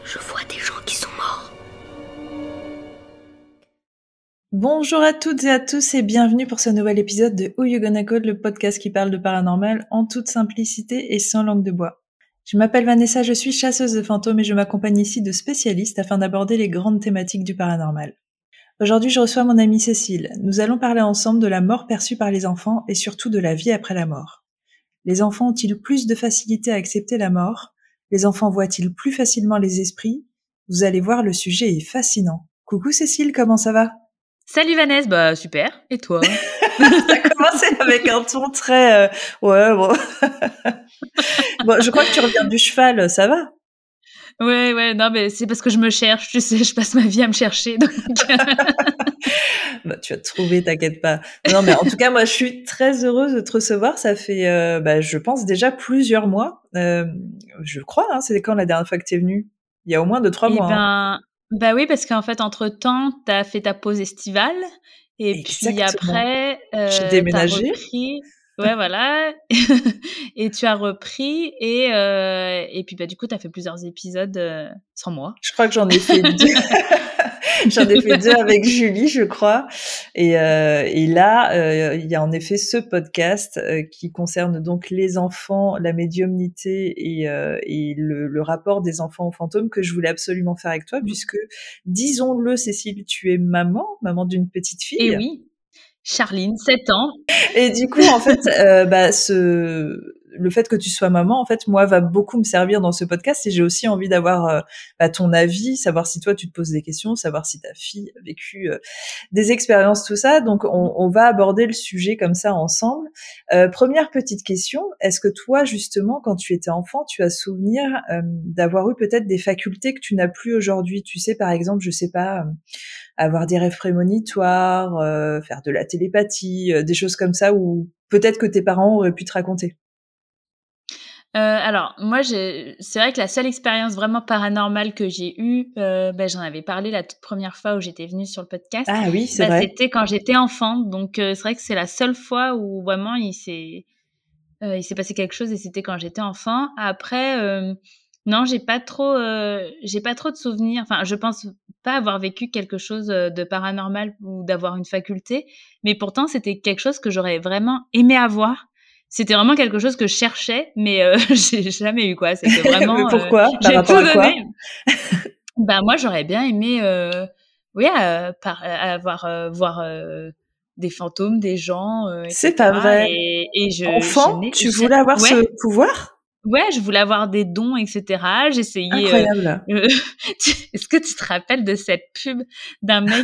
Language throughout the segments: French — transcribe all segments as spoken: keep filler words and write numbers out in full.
Je vois des gens qui sont morts. Bonjour à toutes et à tous et bienvenue pour ce nouvel épisode de Who You Gonna Call, le podcast qui parle de paranormal en toute simplicité et sans langue de bois. Je m'appelle Vanessa, je suis chasseuse de fantômes et je m'accompagne ici de spécialistes afin d'aborder les grandes thématiques du paranormal. Aujourd'hui, je reçois mon amie Cécile. Nous allons parler ensemble de la mort perçue par les enfants et surtout de la vie après la mort. Les enfants ont-ils plus de facilité à accepter la mort ? Les enfants voient-ils plus facilement les esprits ? Vous allez voir, le sujet est fascinant. Coucou Cécile, comment ça va ? Salut Vanessa, bah super, et toi? T'as commencé avec un ton très... Euh, ouais, bon. Bon, je crois que tu reviens du cheval, ça va? Ouais, ouais, non, mais c'est parce que je me cherche, tu sais, je passe ma vie à me chercher, donc... Bah, tu vas te trouver, t'inquiète pas. Non, mais en tout cas, moi, je suis très heureuse de te recevoir. Ça fait, euh, bah, je pense, déjà plusieurs mois. Euh, je crois, hein, c'est quand la dernière fois que t'es venue? Il y a au moins deux, trois Eh mois. ben, Hein. bah oui, parce qu'en fait, entre-temps, t'as fait ta pause estivale, et Exactement. puis après, euh, J'ai t'as déménagé. repris... Ouais, voilà. Et tu as repris, et, euh, et puis bah, du coup, t'as fait plusieurs épisodes euh, sans moi. Je crois que j'en ai fait deux. J'en ai fait deux avec Julie, je crois. Et, euh, et là, euh, il y a en effet ce podcast euh, qui concerne donc les enfants, la médiumnité et, euh, et le, le rapport des enfants aux fantômes que je voulais absolument faire avec toi, puisque, disons-le, Cécile, tu es maman, maman d'une petite fille. Et oui, Charline, sept ans. Et du coup, en fait, euh, bah, ce, le fait que tu sois maman, en fait, moi, va beaucoup me servir dans ce podcast et j'ai aussi envie d'avoir euh, bah, ton avis, savoir si toi, tu te poses des questions, savoir si ta fille a vécu euh, des expériences, tout ça. Donc, on, on va aborder le sujet comme ça ensemble. Euh, première petite question, est-ce que toi, justement, quand tu étais enfant, tu as souvenir euh, d'avoir eu peut-être des facultés que tu n'as plus aujourd'hui? Tu sais, par exemple, je sais pas... Euh, avoir des rêves prémonitoires, euh, faire de la télépathie, euh, des choses comme ça où peut-être que tes parents auraient pu te raconter. Euh, alors, moi, j'ai... c'est vrai que la seule expérience vraiment paranormale que j'ai eue, euh, ben, j'en avais parlé la toute première fois où j'étais venue sur le podcast. Ah oui, c'est ben, vrai. C'était quand j'étais enfant. Donc, euh, c'est vrai que c'est la seule fois où vraiment il s'est, euh, il s'est passé quelque chose et c'était quand j'étais enfant. Après, euh, non, j'ai pas trop, euh, j'ai pas trop de souvenirs. Enfin, je pense pas avoir vécu quelque chose de paranormal ou d'avoir une faculté. Mais pourtant, c'était quelque chose que j'aurais vraiment aimé avoir. C'était vraiment quelque chose que je cherchais, mais euh, j'ai jamais eu, quoi. C'était vraiment... Mais pourquoi euh, Par j'ai rapport tout à quoi donné. Ben, moi, j'aurais bien aimé... Euh, oui, euh, par, avoir... Euh, voir... Euh, des fantômes, des gens, euh, C'est et cetera. pas vrai. Et, et je, Enfant, je tu voulais avoir ouais. ce pouvoir ? Ouais, je voulais avoir des dons, et cetera. J'essayais... Incroyable. Euh, euh, Est-ce que tu te rappelles de cette pub d'un mec...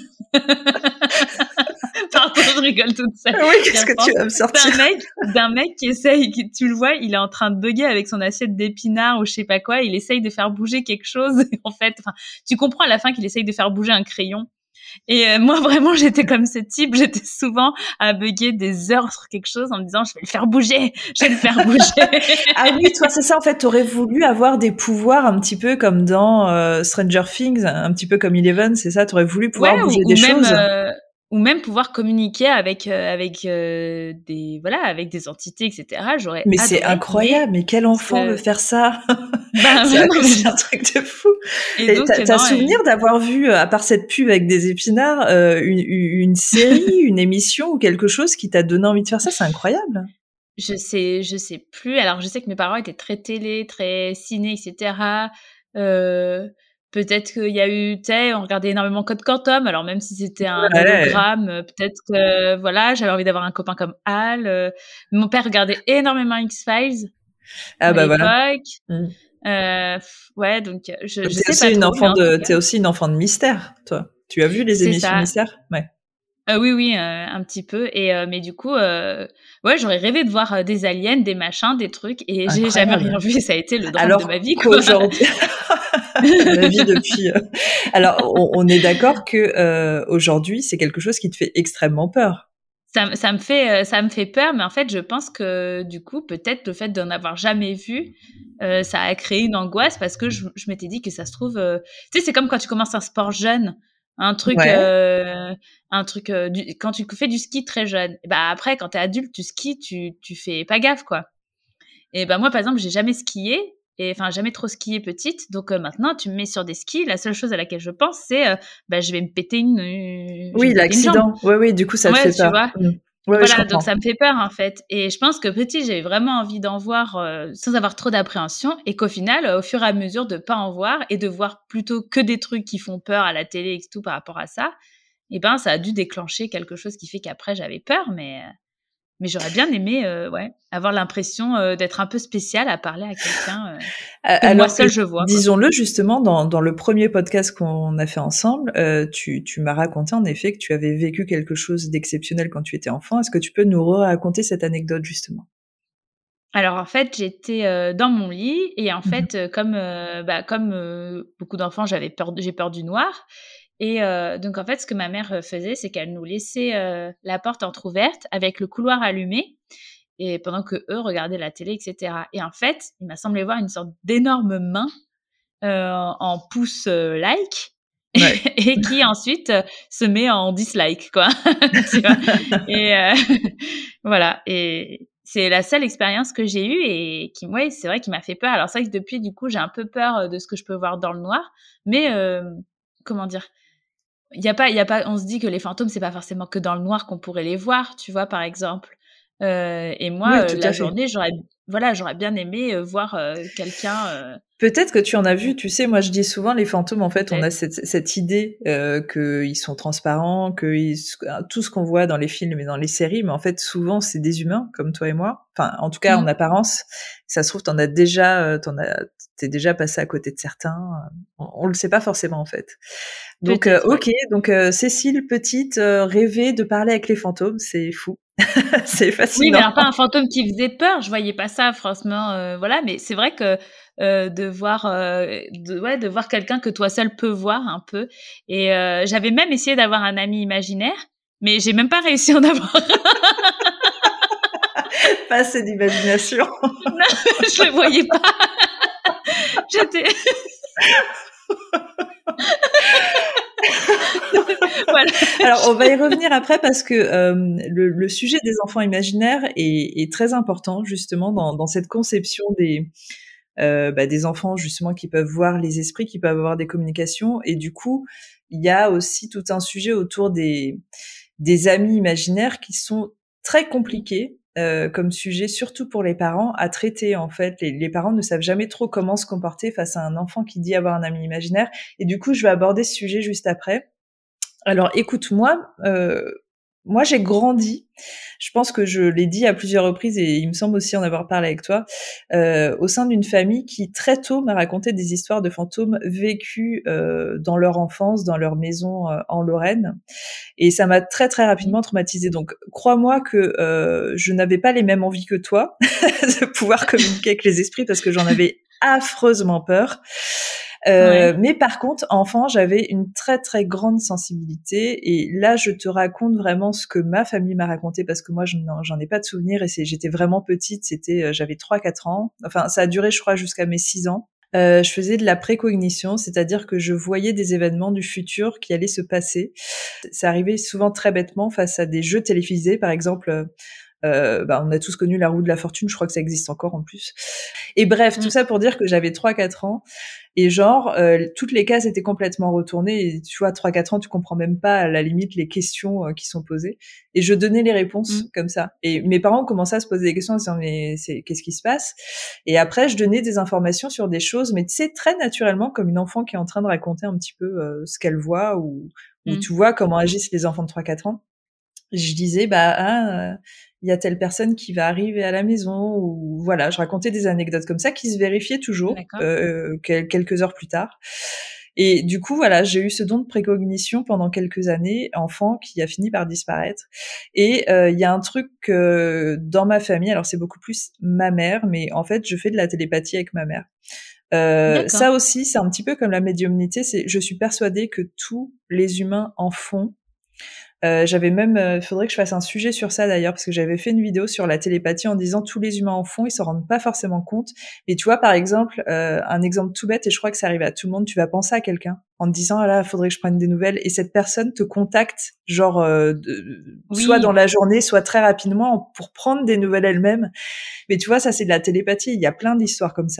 Pardon, je rigole toute seule. Oui, qu'est-ce que tu vas me sortir ? D'un mec, d'un mec qui essaye, qui, tu le vois, il est en train de bugger avec son assiette d'épinards ou je sais pas quoi. Il essaye de faire bouger quelque chose. Et en fait, enfin, tu comprends à la fin qu'il essaye de faire bouger un crayon. Et euh, moi, vraiment, j'étais comme ce type. J'étais souvent à bugger des heures sur quelque chose en me disant, je vais le faire bouger, je vais le faire bouger. Ah oui, toi, c'est ça. En fait, t'aurais voulu avoir des pouvoirs un petit peu comme dans euh, Stranger Things, un petit peu comme Eleven, c'est ça ? T'aurais voulu pouvoir Ouais, bouger ou, des ou même, choses euh, ou même pouvoir communiquer avec euh, avec euh, des voilà avec des entités, et cetera. J'aurais Mais adoré, c'est incroyable. Mais, mais quel enfant euh, veut faire ça ? Ben, c'est, non, c'est un truc de fou. Et, et donc, t'as, t'as non, souvenir et... d'avoir vu, à part cette pub avec des épinards, euh, une, une série, une émission ou quelque chose qui t'a donné envie de faire ça ? C'est incroyable. Je sais, je sais plus. Alors, je sais que mes parents étaient très télé, très ciné, et cetera. Euh, peut-être qu'il y a eu, tu sais, on regardait énormément Code Quantum. Alors, même si c'était un ouais. hologramme, peut-être que, voilà, j'avais envie d'avoir un copain comme Hal. Euh, mon père regardait énormément X-Files ah, à bah l'époque. Voilà. Mmh. Euh, ouais, donc je, je t'es sais aussi pas une trop. Enfant de, t'es aussi une enfant de mystère, toi. Tu as vu les c'est émissions ça. mystère ? Ouais. Euh, oui, oui, euh, un petit peu. Et euh, mais du coup, euh, ouais, j'aurais rêvé de voir euh, des aliens, des machins, des trucs, et Incroyable. j'ai jamais rien vu. Et ça a été le drame Alors de ma vie, quoi. qu'aujourd'hui, ma vie depuis. Euh... Alors, on, on est d'accord que euh, aujourd'hui, c'est quelque chose qui te fait extrêmement peur. Ça, ça me fait, ça me fait peur, mais en fait, je pense que du coup, peut-être le fait d'en avoir jamais vu, euh, ça a créé une angoisse parce que je, je m'étais dit que ça se trouve, euh... tu sais, c'est comme quand tu commences un sport jeune. Un truc, ouais. euh, un truc, euh, du, quand tu fais du ski très jeune, bah après, quand t'es adulte, tu skis, tu, tu fais pas gaffe, quoi. Et ben bah, moi, par exemple, j'ai jamais skié, et enfin jamais trop skié petite. Donc euh, maintenant, tu me mets sur des skis, la seule chose à laquelle je pense, c'est euh, bah je vais me péter une, euh, je vais Oui, me péter une jambe. l'accident. Oui, oui, du coup, ça te Ouais, fait tu peur. vois. Mmh. Ouais, ouais, je Voilà, donc comprends. ça me fait peur en fait. Et je pense que petit, j'avais vraiment envie d'en voir euh, sans avoir trop d'appréhension, et qu'au final, euh, au fur et à mesure de pas en voir et de voir plutôt que des trucs qui font peur à la télé et tout par rapport à ça, et ben ça a dû déclencher quelque chose qui fait qu'après j'avais peur, mais euh, mais j'aurais bien aimé euh, ouais avoir l'impression euh, d'être un peu spéciale à parler à quelqu'un euh, que moi Alors que, seule je vois, quoi. disons-le justement, dans, dans le premier podcast qu'on a fait ensemble, euh, tu, tu m'as raconté en effet que tu avais vécu quelque chose d'exceptionnel quand tu étais enfant. Est-ce que tu peux nous raconter cette anecdote justement? Alors en fait, j'étais euh, dans mon lit et en Mhm. fait, euh, comme euh, bah, comme euh, beaucoup d'enfants, j'avais peur, j'ai peur du noir. Et euh, donc en fait, ce que ma mère euh, faisait, c'est qu'elle nous laissait euh, la porte entrouverte avec le couloir allumé, et pendant que eux regardaient la télé, et cetera. Et en fait, il m'a semblé voir une sorte d'énorme main euh, en pouce euh, like Ouais. et qui ensuite euh, se met en dislike, quoi. Tu vois. Et euh, voilà. Et c'est la seule expérience que j'ai eue et qui, ouais, c'est vrai, qui m'a fait peur. Alors c'est vrai que depuis, du coup, j'ai un peu peur de ce que je peux voir dans le noir, mais euh, comment dire, il y a pas, il y a pas. On se dit que les fantômes, c'est pas forcément que dans le noir qu'on pourrait les voir, tu vois, par exemple. Euh, et moi, Oui, euh, tout la à fait. journée, j'aurais, voilà, j'aurais bien aimé euh, voir euh, quelqu'un. Euh, Peut-être que tu en as vu, tu sais, moi je dis souvent les fantômes, en fait, on a peut-être. cette, cette idée euh, qu'ils sont transparents, que ils, tout ce qu'on voit dans les films et dans les séries, mais en fait souvent c'est des humains comme toi et moi. Enfin, en tout cas en Mm. apparence. Ça se trouve, t'en as déjà, euh, t'en as, t'es déjà passé à côté de certains. On, on le sait pas forcément en fait. Donc euh, Peut-être, ouais. ok, donc euh, Cécile petite euh, rêvait de parler avec les fantômes, c'est fou, c'est Oui, mais fascinant. alors pas un fantôme qui faisait peur, je voyais pas ça franchement, euh, voilà, mais c'est vrai que euh, de voir euh, de, ouais, de voir quelqu'un que toi seul peux voir un peu. Et euh, j'avais même essayé d'avoir un ami imaginaire, mais j'ai même pas réussi à en avoir. Pas assez d'imagination. Non, je le voyais pas. J'étais voilà. Alors, on va y revenir après parce que euh, le, le sujet des enfants imaginaires est, est très important justement dans, dans cette conception des euh, bah, des enfants justement qui peuvent voir les esprits, qui peuvent avoir des communications. Et du coup, il y a aussi tout un sujet autour des des amis imaginaires qui sont très compliqués. Euh, comme sujet, surtout pour les parents, à traiter en fait. Les, les parents ne savent jamais trop comment se comporter face à un enfant qui dit avoir un ami imaginaire. Et du coup, je vais aborder ce sujet juste après. Alors écoute-moi, euh, moi j'ai grandi, je pense que je l'ai dit à plusieurs reprises et il me semble aussi en avoir parlé avec toi, euh, au sein d'une famille qui très tôt m'a raconté des histoires de fantômes vécus euh, dans leur enfance, dans leur maison euh, en Lorraine. Et ça m'a très très rapidement traumatisée. Donc crois-moi que euh, je n'avais pas les mêmes envies que toi de pouvoir communiquer avec les esprits parce que j'en avais affreusement peur. Euh, Ouais. mais par contre, enfant, j'avais une très très grande sensibilité et là, je te raconte vraiment ce que ma famille m'a raconté parce que moi, je n'en, j'en ai pas de souvenir et c'est, j'étais vraiment petite, c'était, euh, j'avais trois quatre ans. Enfin, ça a duré, je crois, jusqu'à mes six ans. Euh, je faisais de la précognition, c'est-à-dire que je voyais des événements du futur qui allaient se passer. Ça arrivait souvent très bêtement face à des jeux télévisés, par exemple. Euh, bah, on a tous connu la roue de la fortune, je crois que ça existe encore en plus. Et bref, tout Mm. ça pour dire que j'avais trois quatre ans et genre euh, toutes les cases étaient complètement retournées et tu vois trois quatre ans tu comprends même pas à la limite les questions euh, qui sont posées et je donnais les réponses Mm. comme ça et mes parents commençaient à se poser des questions en disant mais c'est qu'est-ce qui se passe et après je donnais des informations sur des choses mais tu sais très naturellement comme une enfant qui est en train de raconter un petit peu euh, ce qu'elle voit ou ou Mm. tu vois comment agissent les enfants de trois quatre ans. Je disais bah ah, euh, il y a telle personne qui va arriver à la maison ou voilà, je racontais des anecdotes comme ça qui se vérifiaient toujours D'accord. euh, quelques heures plus tard. Et du coup, voilà, j'ai eu ce don de précognition pendant quelques années, enfant, qui a fini par disparaître. Et euh, il y a un truc euh, dans ma famille, alors c'est beaucoup plus ma mère, mais en fait, je fais de la télépathie avec ma mère. Euh, D'accord. ça aussi, c'est un petit peu comme la médiumnité. C'est, je suis persuadée que tous les humains en font. Euh, j'avais même, euh, faudrait que je fasse un sujet sur ça d'ailleurs, parce que j'avais fait une vidéo sur la télépathie en disant tous les humains en font, ils s'en rendent pas forcément compte. Et tu vois, par exemple, euh, un exemple tout bête, et je crois que ça arrive à tout le monde, tu vas penser à quelqu'un en te disant, ah là, faudrait que je prenne des nouvelles, et cette personne te contacte, genre, euh, de, soit dans Oui. la journée, soit très rapidement, pour prendre des nouvelles elle-même. Mais tu vois, ça c'est de la télépathie, il y a plein d'histoires comme ça.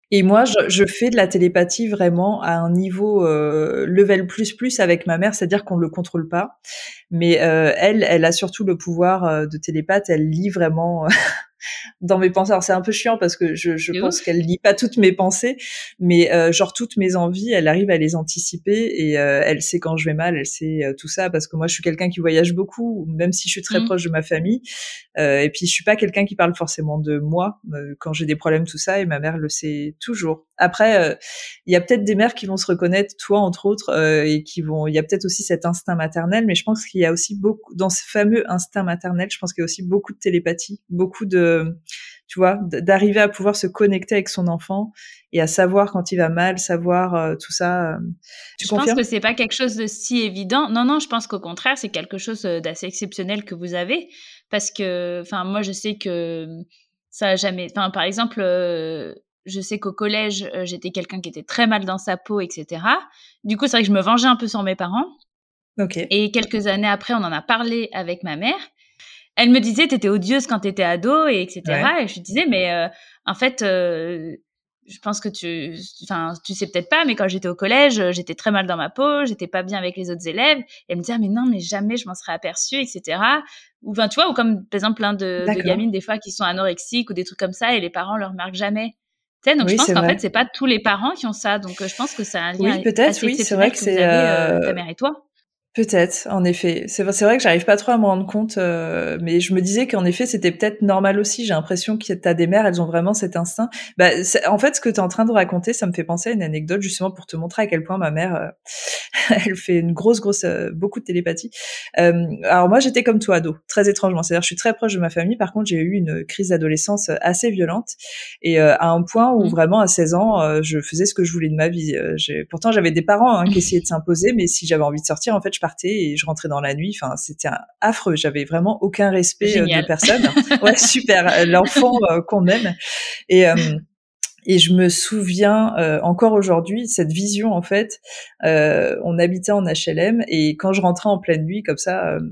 Et moi, je, je fais de la télépathie vraiment à un niveau euh, level plus plus avec ma mère, c'est-à-dire qu'on ne le contrôle pas. Mais euh, elle, elle a surtout le pouvoir euh, de télépathe. Elle lit vraiment dans mes pensées. Alors c'est un peu chiant parce que je, je pense ouf. qu'elle lit pas toutes mes pensées, mais euh, genre toutes mes envies, elle arrive à les anticiper et euh, elle sait quand je vais mal, elle sait euh, tout ça parce que moi je suis quelqu'un qui voyage beaucoup, même si je suis très mmh. proche de ma famille. Euh, et puis je suis pas quelqu'un qui parle forcément de moi euh, quand j'ai des problèmes tout ça et ma mère le sait toujours. Après, il euh, y a peut-être des mères qui vont se reconnaître, toi entre autres, euh, et qui vont. Il y a peut-être aussi cet instinct maternel, mais je pense qu'il y a aussi beaucoup dans ce fameux instinct maternel. Je pense qu'il y a aussi beaucoup de télépathie, beaucoup de, tu vois, d'arriver à pouvoir se connecter avec son enfant et à savoir quand il va mal, savoir euh, tout ça. Euh, tu je confirmes? pense que c'est pas quelque chose de si évident. Non, non, je pense qu'au contraire, c'est quelque chose d'assez exceptionnel que vous avez, parce que, enfin, moi, je sais que ça a jamais. Enfin, par exemple. Euh, Je sais qu'au collège, euh, j'étais quelqu'un qui était très mal dans sa peau, et cetera. Du coup, c'est vrai que je me vengeais un peu sur mes parents. Ok. Et quelques années après, on en a parlé avec ma mère. Elle me disait, t'étais odieuse quand t'étais ado, et etc. Ouais. Et je lui disais, mais euh, en fait, euh, je pense que tu, enfin, tu sais peut-être pas, mais quand j'étais au collège, j'étais très mal dans ma peau, j'étais pas bien avec les autres élèves. Et elle me disait, ah, mais non, mais jamais je m'en serais aperçue, et cetera. Ou, enfin, tu vois, ou comme par exemple plein de, de D'accord. gamines des fois qui sont anorexiques ou des trucs comme ça, et les parents le remarquent jamais. Tu sais, donc je Oui, pense c'est qu'en vrai. fait, c'est pas tous les parents qui ont ça. Donc euh, je pense que c'est un lien Oui, peut-être. assez Oui, c'est vrai exceptionnel que que vous c'est. avez, euh, ta Euh... mère et toi. Peut-être, en effet. C'est c'est vrai que j'arrive pas trop à me rendre compte, euh, mais je me disais qu'en effet, c'était peut-être normal aussi. J'ai l'impression que t'as des mères, elles ont vraiment cet instinct. Bah, en fait, ce que t'es en train de raconter, ça me fait penser à une anecdote justement pour te montrer à quel point ma mère, euh, elle fait une grosse, grosse, euh, beaucoup de télépathie. Euh, alors moi, j'étais comme toi, ado, très étrangement. C'est-à-dire, je suis très proche de ma famille. Par contre, j'ai eu une crise d'adolescence assez violente et euh, à un point où Mmh. vraiment, à seize ans, euh, je faisais ce que je voulais de ma vie. Euh, j'ai... Pourtant, j'avais des parents hein, qui essayaient de s'imposer, mais si j'avais envie de sortir, en fait, je partais et je rentrais dans la nuit. Enfin, c'était affreux. J'avais vraiment aucun respect Génial. de personne. Ouais, super. L'enfant euh, qu'on aime. Et euh, et je me souviens euh, encore aujourd'hui cette vision en fait. Euh, on habitait en H L M et quand je rentrais en pleine nuit comme ça. Euh,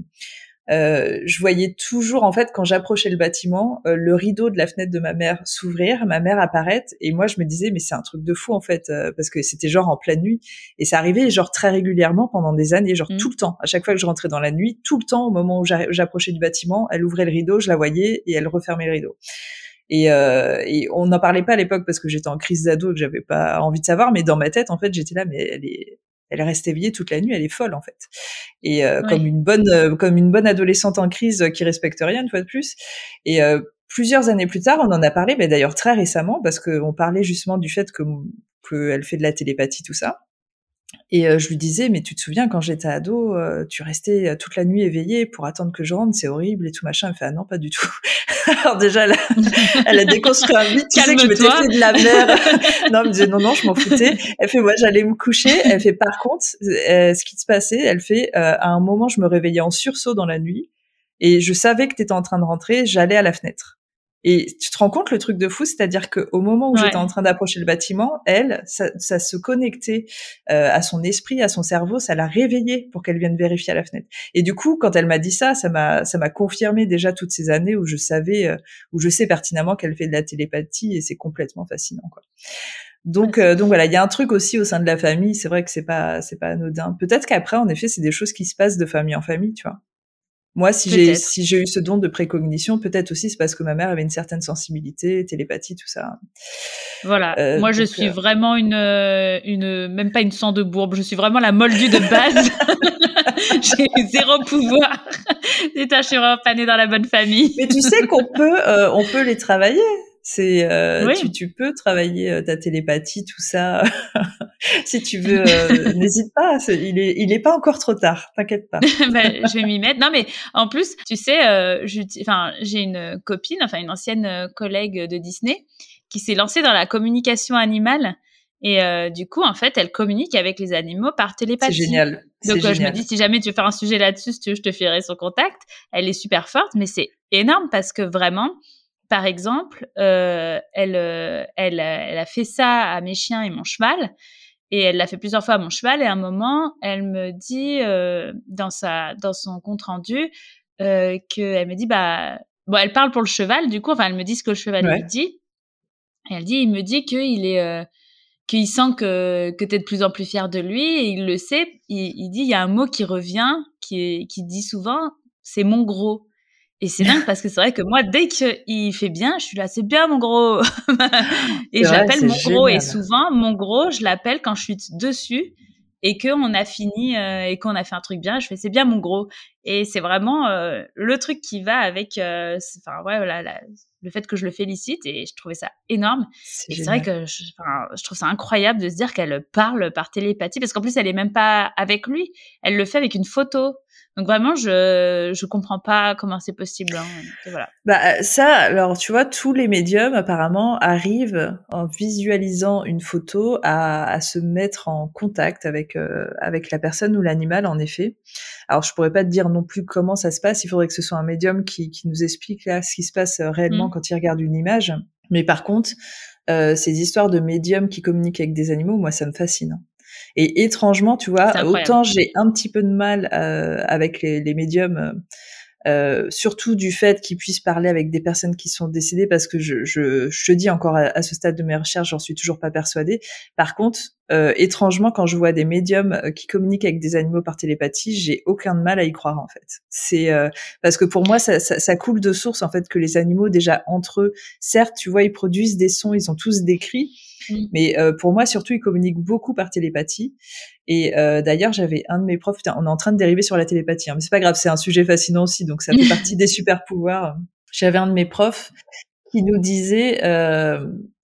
Euh, je voyais toujours, en fait, quand j'approchais le bâtiment, euh, le rideau de la fenêtre de ma mère s'ouvrir, ma mère apparaître, et moi je me disais mais c'est un truc de fou en fait, euh, parce que c'était genre en pleine nuit, et ça arrivait genre très régulièrement pendant des années, genre mmh. tout le temps. À chaque fois que je rentrais dans la nuit, tout le temps, au moment où j'approchais du bâtiment, elle ouvrait le rideau, je la voyais, et elle refermait le rideau. Et, euh, et on n'en parlait pas à l'époque parce que j'étais en crise d'ado et que j'avais pas envie de savoir, mais dans ma tête, en fait, j'étais là, mais elle est, elle reste éveillée toute la nuit, elle est folle en fait. Et euh, ouais. comme une bonne, euh, comme une bonne adolescente en crise qui respecte rien une fois de plus. Et euh, plusieurs années plus tard, on en a parlé, mais d'ailleurs très récemment, parce qu'on parlait justement du fait que qu'elle fait de la télépathie, tout ça. Et euh, je lui disais, mais tu te souviens, quand j'étais ado, euh, tu restais toute la nuit éveillée pour attendre que je rentre, c'est horrible et tout machin. Elle me fait, ah non, pas du tout. Alors déjà, elle a, elle a déconstruit un mythe, tu sais que je m'étais fait de la merde. Non, elle me disait, non, non, je m'en foutais. Elle fait, moi, j'allais me coucher. Elle fait, par contre, euh, ce qui se passait, elle fait, euh, à un moment, je me réveillais en sursaut dans la nuit et je savais que t'étais en train de rentrer, j'allais à la fenêtre. Et tu te rends compte le truc de fou, c'est-à-dire qu'au moment où ouais. j'étais en train d'approcher le bâtiment, elle, ça, ça se connectait euh, à son esprit, à son cerveau, ça l'a réveillée pour qu'elle vienne vérifier à la fenêtre. Et du coup, quand elle m'a dit ça, ça m'a, ça m'a confirmé déjà toutes ces années où je savais, euh, où je sais pertinemment qu'elle fait de la télépathie et c'est complètement fascinant, quoi. Donc, ouais, euh, donc voilà, il y a un truc aussi au sein de la famille. C'est vrai que c'est pas, c'est pas anodin. Peut-être qu'après, en effet, c'est des choses qui se passent de famille en famille, tu vois. Moi, si j'ai, si j'ai eu ce don de précognition, peut-être aussi c'est parce que ma mère avait une certaine sensibilité, télépathie, tout ça. Voilà. Euh, Moi, je suis euh... vraiment une, une, même pas une sang de bourbe. Je suis vraiment la moldue de base. J'ai zéro pouvoir. Putain, je suis vraiment pas née dans la bonne famille. Mais tu sais qu'on peut, euh, on peut les travailler. C'est, euh, oui. tu, tu peux travailler euh, ta télépathie, tout ça. Si tu veux, euh, n'hésite pas. C'est, il est, il est pas encore trop tard. T'inquiète pas. Ben, je vais m'y mettre. Non, mais en plus, tu sais, euh, enfin, j'ai une copine, enfin une ancienne collègue de Disney, qui s'est lancée dans la communication animale. Et euh, du coup, en fait, elle communique avec les animaux par télépathie. C'est génial. C'est Donc, euh, génial. je me dis, si jamais tu veux faire un sujet là-dessus, si tu veux, je te ferai son contact. Elle est super forte, mais c'est énorme parce que vraiment. Par exemple, euh, elle, euh, elle, elle a fait ça à mes chiens et mon cheval, et elle l'a fait plusieurs fois à mon cheval. Et à un moment, elle me dit euh, dans sa, dans son compte rendu, euh, que elle me dit bah, bon, elle parle pour le cheval, du coup, enfin, elle me dit ce que le cheval ouais. lui dit, Et elle dit, il me dit qu'il est, euh, qu'il sent que, que t'es de plus en plus fière de lui, et il le sait. Il, il dit, il y a un mot qui revient, qui, est, qui dit souvent, c'est mon gros. Et c'est dingue parce que c'est vrai que moi, dès qu'il fait bien, je suis là, c'est bien mon gros. Et C'est je vrai, l'appelle c'est mon gros. Et génial. souvent, mon gros, je l'appelle quand je suis dessus et qu'on a fini euh, et qu'on a fait un truc bien. Je fais, c'est bien mon gros. Et c'est vraiment euh, le truc qui va avec, euh, enfin ouais, la, la, le fait que je le félicite, et je trouvais ça énorme. C'est Et c'est vrai génial. que je, je trouve ça incroyable de se dire qu'elle parle par télépathie, parce qu'en plus, elle est même pas avec lui. Elle le fait avec une photo. Donc vraiment, je je comprends pas comment c'est possible. Hein. Donc, voilà. Bah ça, alors tu vois, tous les médiums apparemment arrivent en visualisant une photo à, à se mettre en contact avec euh, avec la personne ou l'animal, en effet. Alors je pourrais pas te dire non plus comment ça se passe. Il faudrait que ce soit un médium qui qui nous explique là ce qui se passe réellement Mmh. quand il regarde une image. Mais par contre, euh, ces histoires de médiums qui communiquent avec des animaux, moi ça me fascine. Et étrangement, tu C'est vois, incroyable. autant j'ai un petit peu de mal euh, avec les, les médiums. Euh, Euh, surtout du fait qu'ils puissent parler avec des personnes qui sont décédées, parce que je, je, je te dis encore à, à ce stade de mes recherches, j'en suis toujours pas persuadée. Par contre, euh, étrangement, quand je vois des médiums qui communiquent avec des animaux par télépathie, j'ai aucun mal à y croire, en fait. C'est euh, parce que pour moi, ça, ça, ça coule de source, en fait, que les animaux, déjà entre eux, certes, tu vois, ils produisent des sons, ils ont tous des cris, Mmh. mais euh, pour moi, surtout, ils communiquent beaucoup par télépathie. Et euh, d'ailleurs, j'avais un de mes profs, putain, on est en train de dériver sur la télépathie, hein, mais c'est pas grave, c'est un sujet fascinant aussi, donc ça fait partie des super pouvoirs. J'avais un de mes profs qui nous disait euh,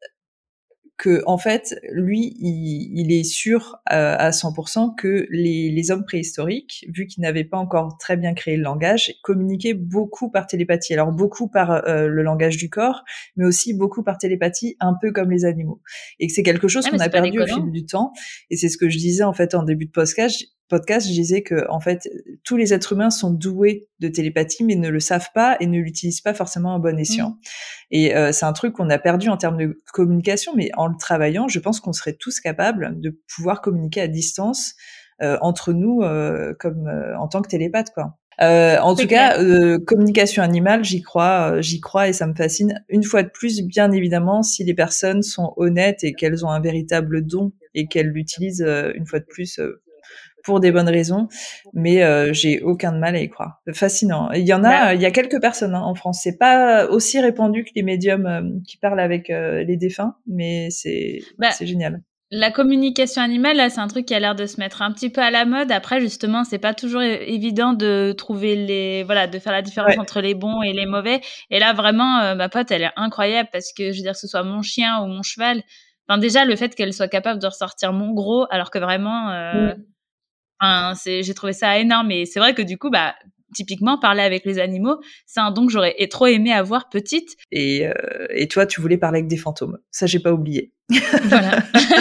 que en fait, lui, il, il est sûr euh, à cent pour cent que les, les hommes préhistoriques, vu qu'ils n'avaient pas encore très bien créé le langage, communiquaient beaucoup par télépathie. Alors beaucoup par euh, le langage du corps, mais aussi beaucoup par télépathie, un peu comme les animaux. Et que c'est quelque chose Ah, mais qu'on a c'est pas perdu au déconnant. fil du temps. Et c'est ce que je disais en fait en début de podcast. podcast, je disais que en fait tous les êtres humains sont doués de télépathie, mais ne le savent pas et ne l'utilisent pas forcément à bon escient. Mmh. Et euh, c'est un truc qu'on a perdu en termes de communication, mais en le travaillant, je pense qu'on serait tous capables de pouvoir communiquer à distance euh, entre nous, euh, comme euh, en tant que télépathe, quoi. Euh, en C'est tout clair. cas, euh, communication animale, j'y crois, euh, j'y crois et ça me fascine. Une fois de plus, bien évidemment, si les personnes sont honnêtes et qu'elles ont un véritable don et qu'elles l'utilisent euh, une fois de plus euh, pour des bonnes raisons, mais euh, j'ai aucun de mal à y croire. Fascinant. Il y en Bah, a, il y a quelques personnes hein, en France. C'est pas aussi répandu que les médiums euh, qui parlent avec euh, les défunts, mais c'est bah, c'est génial. la communication animale, là, c'est un truc qui a l'air de se mettre un petit peu à la mode. Après, justement, c'est pas toujours é- évident de trouver les, voilà, de faire la différence Ouais. entre les bons et les mauvais. Et là, vraiment, euh, ma pote, elle est incroyable parce que, je veux dire, que ce soit mon chien ou mon cheval. Enfin, déjà, le fait qu'elle soit capable de ressortir mon gros, alors que vraiment, euh, Mm. enfin, c'est, j'ai trouvé ça énorme. Et c'est vrai que du coup, bah, typiquement, parler avec les animaux, c'est un don que j'aurais é- trop aimé avoir petite. Et, euh, et toi, tu voulais parler avec des fantômes. Ça, j'ai pas oublié. Voilà.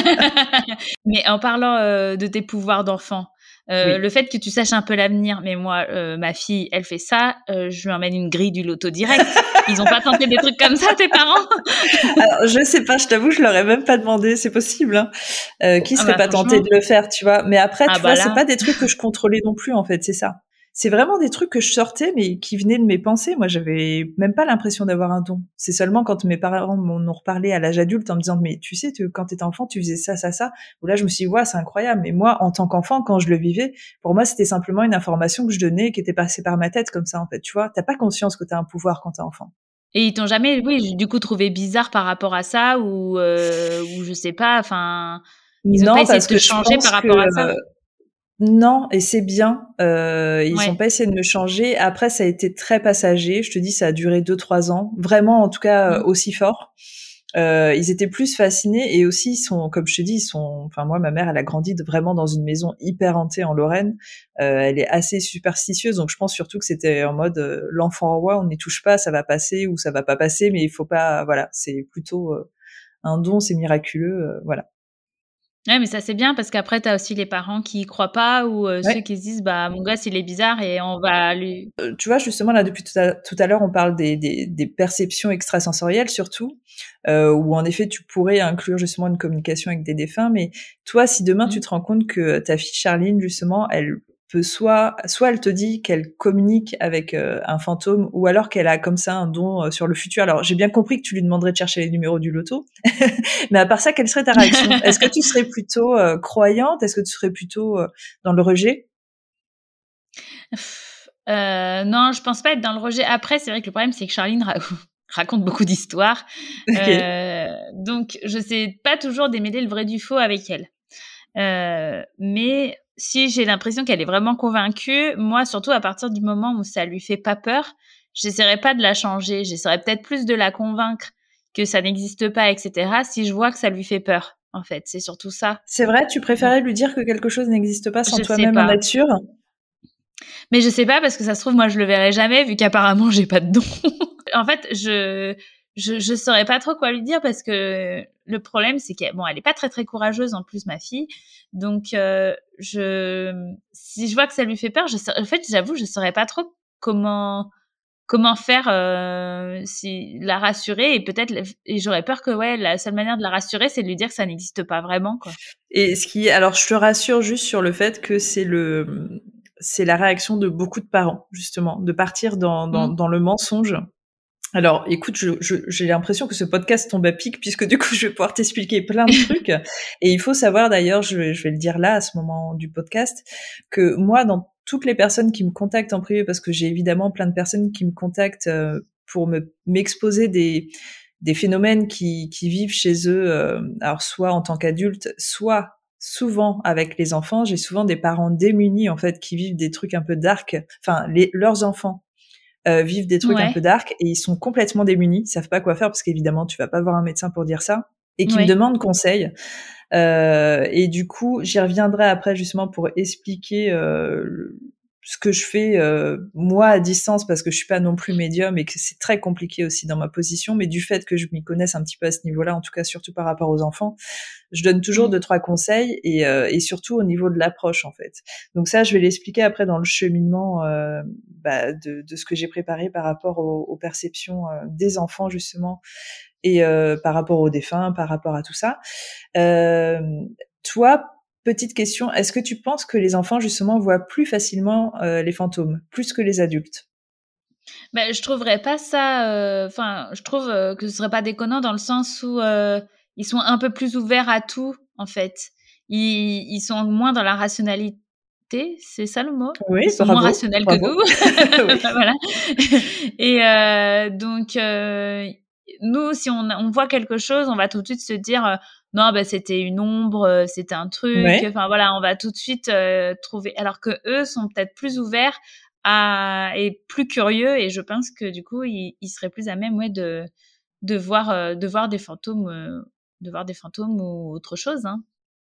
Mais en parlant euh, de tes pouvoirs d'enfant, euh, Oui. le fait que tu saches un peu l'avenir, mais moi, euh, ma fille, elle fait ça, euh, je lui emmène une grille du loto direct. Ils ont pas tenté des trucs comme ça, tes parents? Alors, je sais pas, je t'avoue, je leur ai même pas demandé. C'est possible, hein. Euh, qui Ah serait bah pas tenté franchement, de le faire, tu vois. Mais après, ah tu bah vois, c'est là, pas des trucs que je contrôlais non plus, en fait. C'est ça. C'est vraiment des trucs que je sortais, mais qui venaient de mes pensées. Moi, j'avais même pas l'impression d'avoir un don. C'est seulement quand mes parents m'en ont reparlé à l'âge adulte en me disant, mais tu sais, tu, quand t'étais enfant, tu faisais ça, ça, ça. Où là, je me suis dit, ouais, c'est incroyable. Mais moi, en tant qu'enfant, quand je le vivais, pour moi, c'était simplement une information que je donnais, qui était passée par ma tête comme ça, en fait. Tu vois, t'as pas conscience que t'as un pouvoir quand t'es enfant. et ils t'ont jamais, oui, du coup, trouvé bizarre par rapport à ça, ou euh, ou je sais pas, enfin, ils ont pas Non, essayé de parce te que je changer par pense que rapport à ça? non, et c'est bien. Euh, ils ont Ouais. pas essayé de me changer. Après, ça a été très passager. Je te dis, ça a duré deux, trois ans. Vraiment, en tout cas, euh, Mm. aussi fort. Euh, ils étaient plus fascinés et aussi, ils sont, comme je te dis, ils sont. Enfin, moi, ma mère, elle a grandi de- vraiment dans une maison hyper hantée en Lorraine. Euh, elle est assez superstitieuse, donc je pense surtout que c'était en mode euh, l'enfant roi, on n'y touche pas, ça va passer ou ça va pas passer, mais il faut pas. Voilà, c'est plutôt euh, un don, c'est miraculeux. Euh, voilà. Ouais, mais ça c'est bien parce qu'après t'as aussi les parents qui y croient pas, ou euh, ceux Ouais. qui se disent bah mon gosse il est bizarre et on va lui. Euh, tu vois, justement, là, depuis tout à, tout à l'heure, on parle des, des, des perceptions extrasensorielles, surtout, euh, où en effet, tu pourrais inclure justement une communication avec des défunts. Mais toi, si demain, tu Mm. te rends compte que ta fille Charline, justement, elle peut soit, soit elle te dit qu'elle communique avec euh, un fantôme, ou alors qu'elle a comme ça un don euh, sur le futur. Alors, j'ai bien compris que tu lui demanderais de chercher les numéros du loto, mais à part ça, quelle serait ta réaction? Est-ce que tu serais plutôt euh, croyante? Est-ce que tu serais plutôt euh, dans le rejet? euh, Non, je pense pas être dans le rejet. Après, c'est vrai que le problème, c'est que Charline ra- raconte beaucoup d'histoires, Okay. euh, donc je sais pas toujours démêler le vrai du faux avec elle. Euh, mais si j'ai l'impression qu'elle est vraiment convaincue, moi, surtout à partir du moment où ça lui fait pas peur, j'essaierai pas de la changer. J'essaierai peut-être plus de la convaincre que ça n'existe pas, et cetera. Si je vois que ça lui fait peur, en fait, c'est surtout ça. C'est vrai, tu préférais lui dire que quelque chose n'existe pas sans Je sais toi-même en pas. être sûr? Mais je sais pas parce que ça se trouve, moi, je le verrai jamais vu qu'apparemment j'ai pas de don. En fait, je, je, je saurais pas trop quoi lui dire parce que le problème, c'est qu'elle, bon, elle est pas très très courageuse en plus, ma fille. Donc, euh, je, si je vois que ça lui fait peur, je, sais- en fait, j'avoue, je saurais pas trop comment, comment faire, euh, si la rassurer et peut-être, et j'aurais peur que ouais, la seule manière de la rassurer, c'est de lui dire que ça n'existe pas vraiment, quoi. Et ce qui, alors je te rassure juste sur le fait que c'est le, c'est la réaction de beaucoup de parents justement, de partir dans dans, Mm. dans le mensonge. Alors, écoute, je, je, j'ai l'impression que ce podcast tombe à pic puisque du coup, je vais pouvoir t'expliquer plein de trucs. Et il faut savoir d'ailleurs, je vais, je vais le dire là à ce moment du podcast, que moi, dans toutes les personnes qui me contactent en privé, parce que j'ai évidemment plein de personnes qui me contactent euh, pour me m'exposer des des phénomènes qui qui vivent chez eux, euh, alors soit en tant qu'adultes, soit souvent avec les enfants. J'ai souvent des parents démunis en fait qui vivent des trucs un peu dark. Enfin, les, leurs enfants euh, vivent des trucs un peu Ouais, dark et ils sont complètement démunis, ils savent pas quoi faire parce qu'évidemment tu vas pas voir un médecin pour dire ça et qui me ouais. demandent conseil. Euh, et du coup, j'y reviendrai après justement pour expliquer euh, le- ce que je fais euh, moi à distance parce que je suis pas non plus médium et que c'est très compliqué aussi dans ma position, mais du fait que je m'y connaisse un petit peu à ce niveau-là, en tout cas surtout par rapport aux enfants, je donne toujours Mm. deux trois conseils et, euh, et surtout au niveau de l'approche en fait. Donc ça, je vais l'expliquer après dans le cheminement euh, bah, de, de ce que j'ai préparé par rapport aux, aux perceptions euh, des enfants justement et euh, par rapport aux défunts, par rapport à tout ça. Euh, Toi, petite question, est-ce que tu penses que les enfants justement voient plus facilement euh, les fantômes, plus que les adultes? Ben, je trouverais pas ça. euh, Enfin, je trouve euh, que ce serait pas déconnant dans le sens où euh, ils sont un peu plus ouverts à tout, en fait. Ils, ils sont moins dans la rationalité. C'est ça le mot? Ils Oui, sont moins bravo, rationnels que bravo. nous. Oui. Voilà. Et euh, donc, euh, nous, si on, on voit quelque chose, on va tout de suite se dire euh, non, ben c'était une ombre, euh, c'était un truc. Ouais. Enfin voilà, on va tout de suite euh, trouver. Alors que eux sont peut-être plus ouverts à, et plus curieux, et je pense que du coup, ils, ils seraient plus à même ouais, de, de voir, euh, de voir des fantômes, euh, de voir des fantômes ou autre chose. Hein.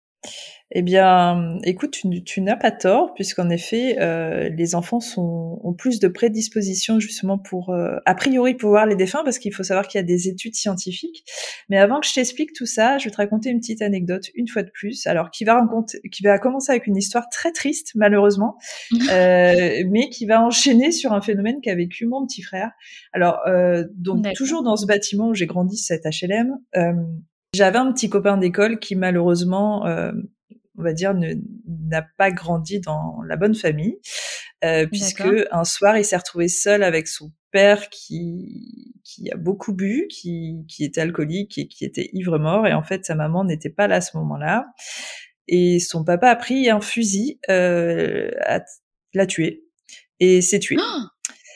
Eh bien, écoute, tu, tu n'as pas tort, puisqu'en effet, euh, les enfants sont, ont plus de prédisposition justement pour, euh, a priori, pour voir les défunts, parce qu'il faut savoir qu'il y a des études scientifiques. Mais avant que je t'explique tout ça, je vais te raconter une petite anecdote, une fois de plus, alors qui va, rencontrer, qui va commencer avec une histoire très triste, malheureusement, euh, mais qui va enchaîner sur un phénomène qu'a vécu mon petit frère. Alors, euh, donc, D'accord. toujours dans ce bâtiment où j'ai grandi, cet H L M, euh, j'avais un petit copain d'école qui, malheureusement, euh, on va dire, ne, n'a pas grandi dans la bonne famille, euh, puisque D'accord. un soir, il s'est retrouvé seul avec son père qui, qui a beaucoup bu, qui, qui était alcoolique et qui était ivre-mort. Et en fait, sa maman n'était pas là à ce moment-là. Et son papa a pris un fusil, euh, à, l'a tué et s'est tué. Oh,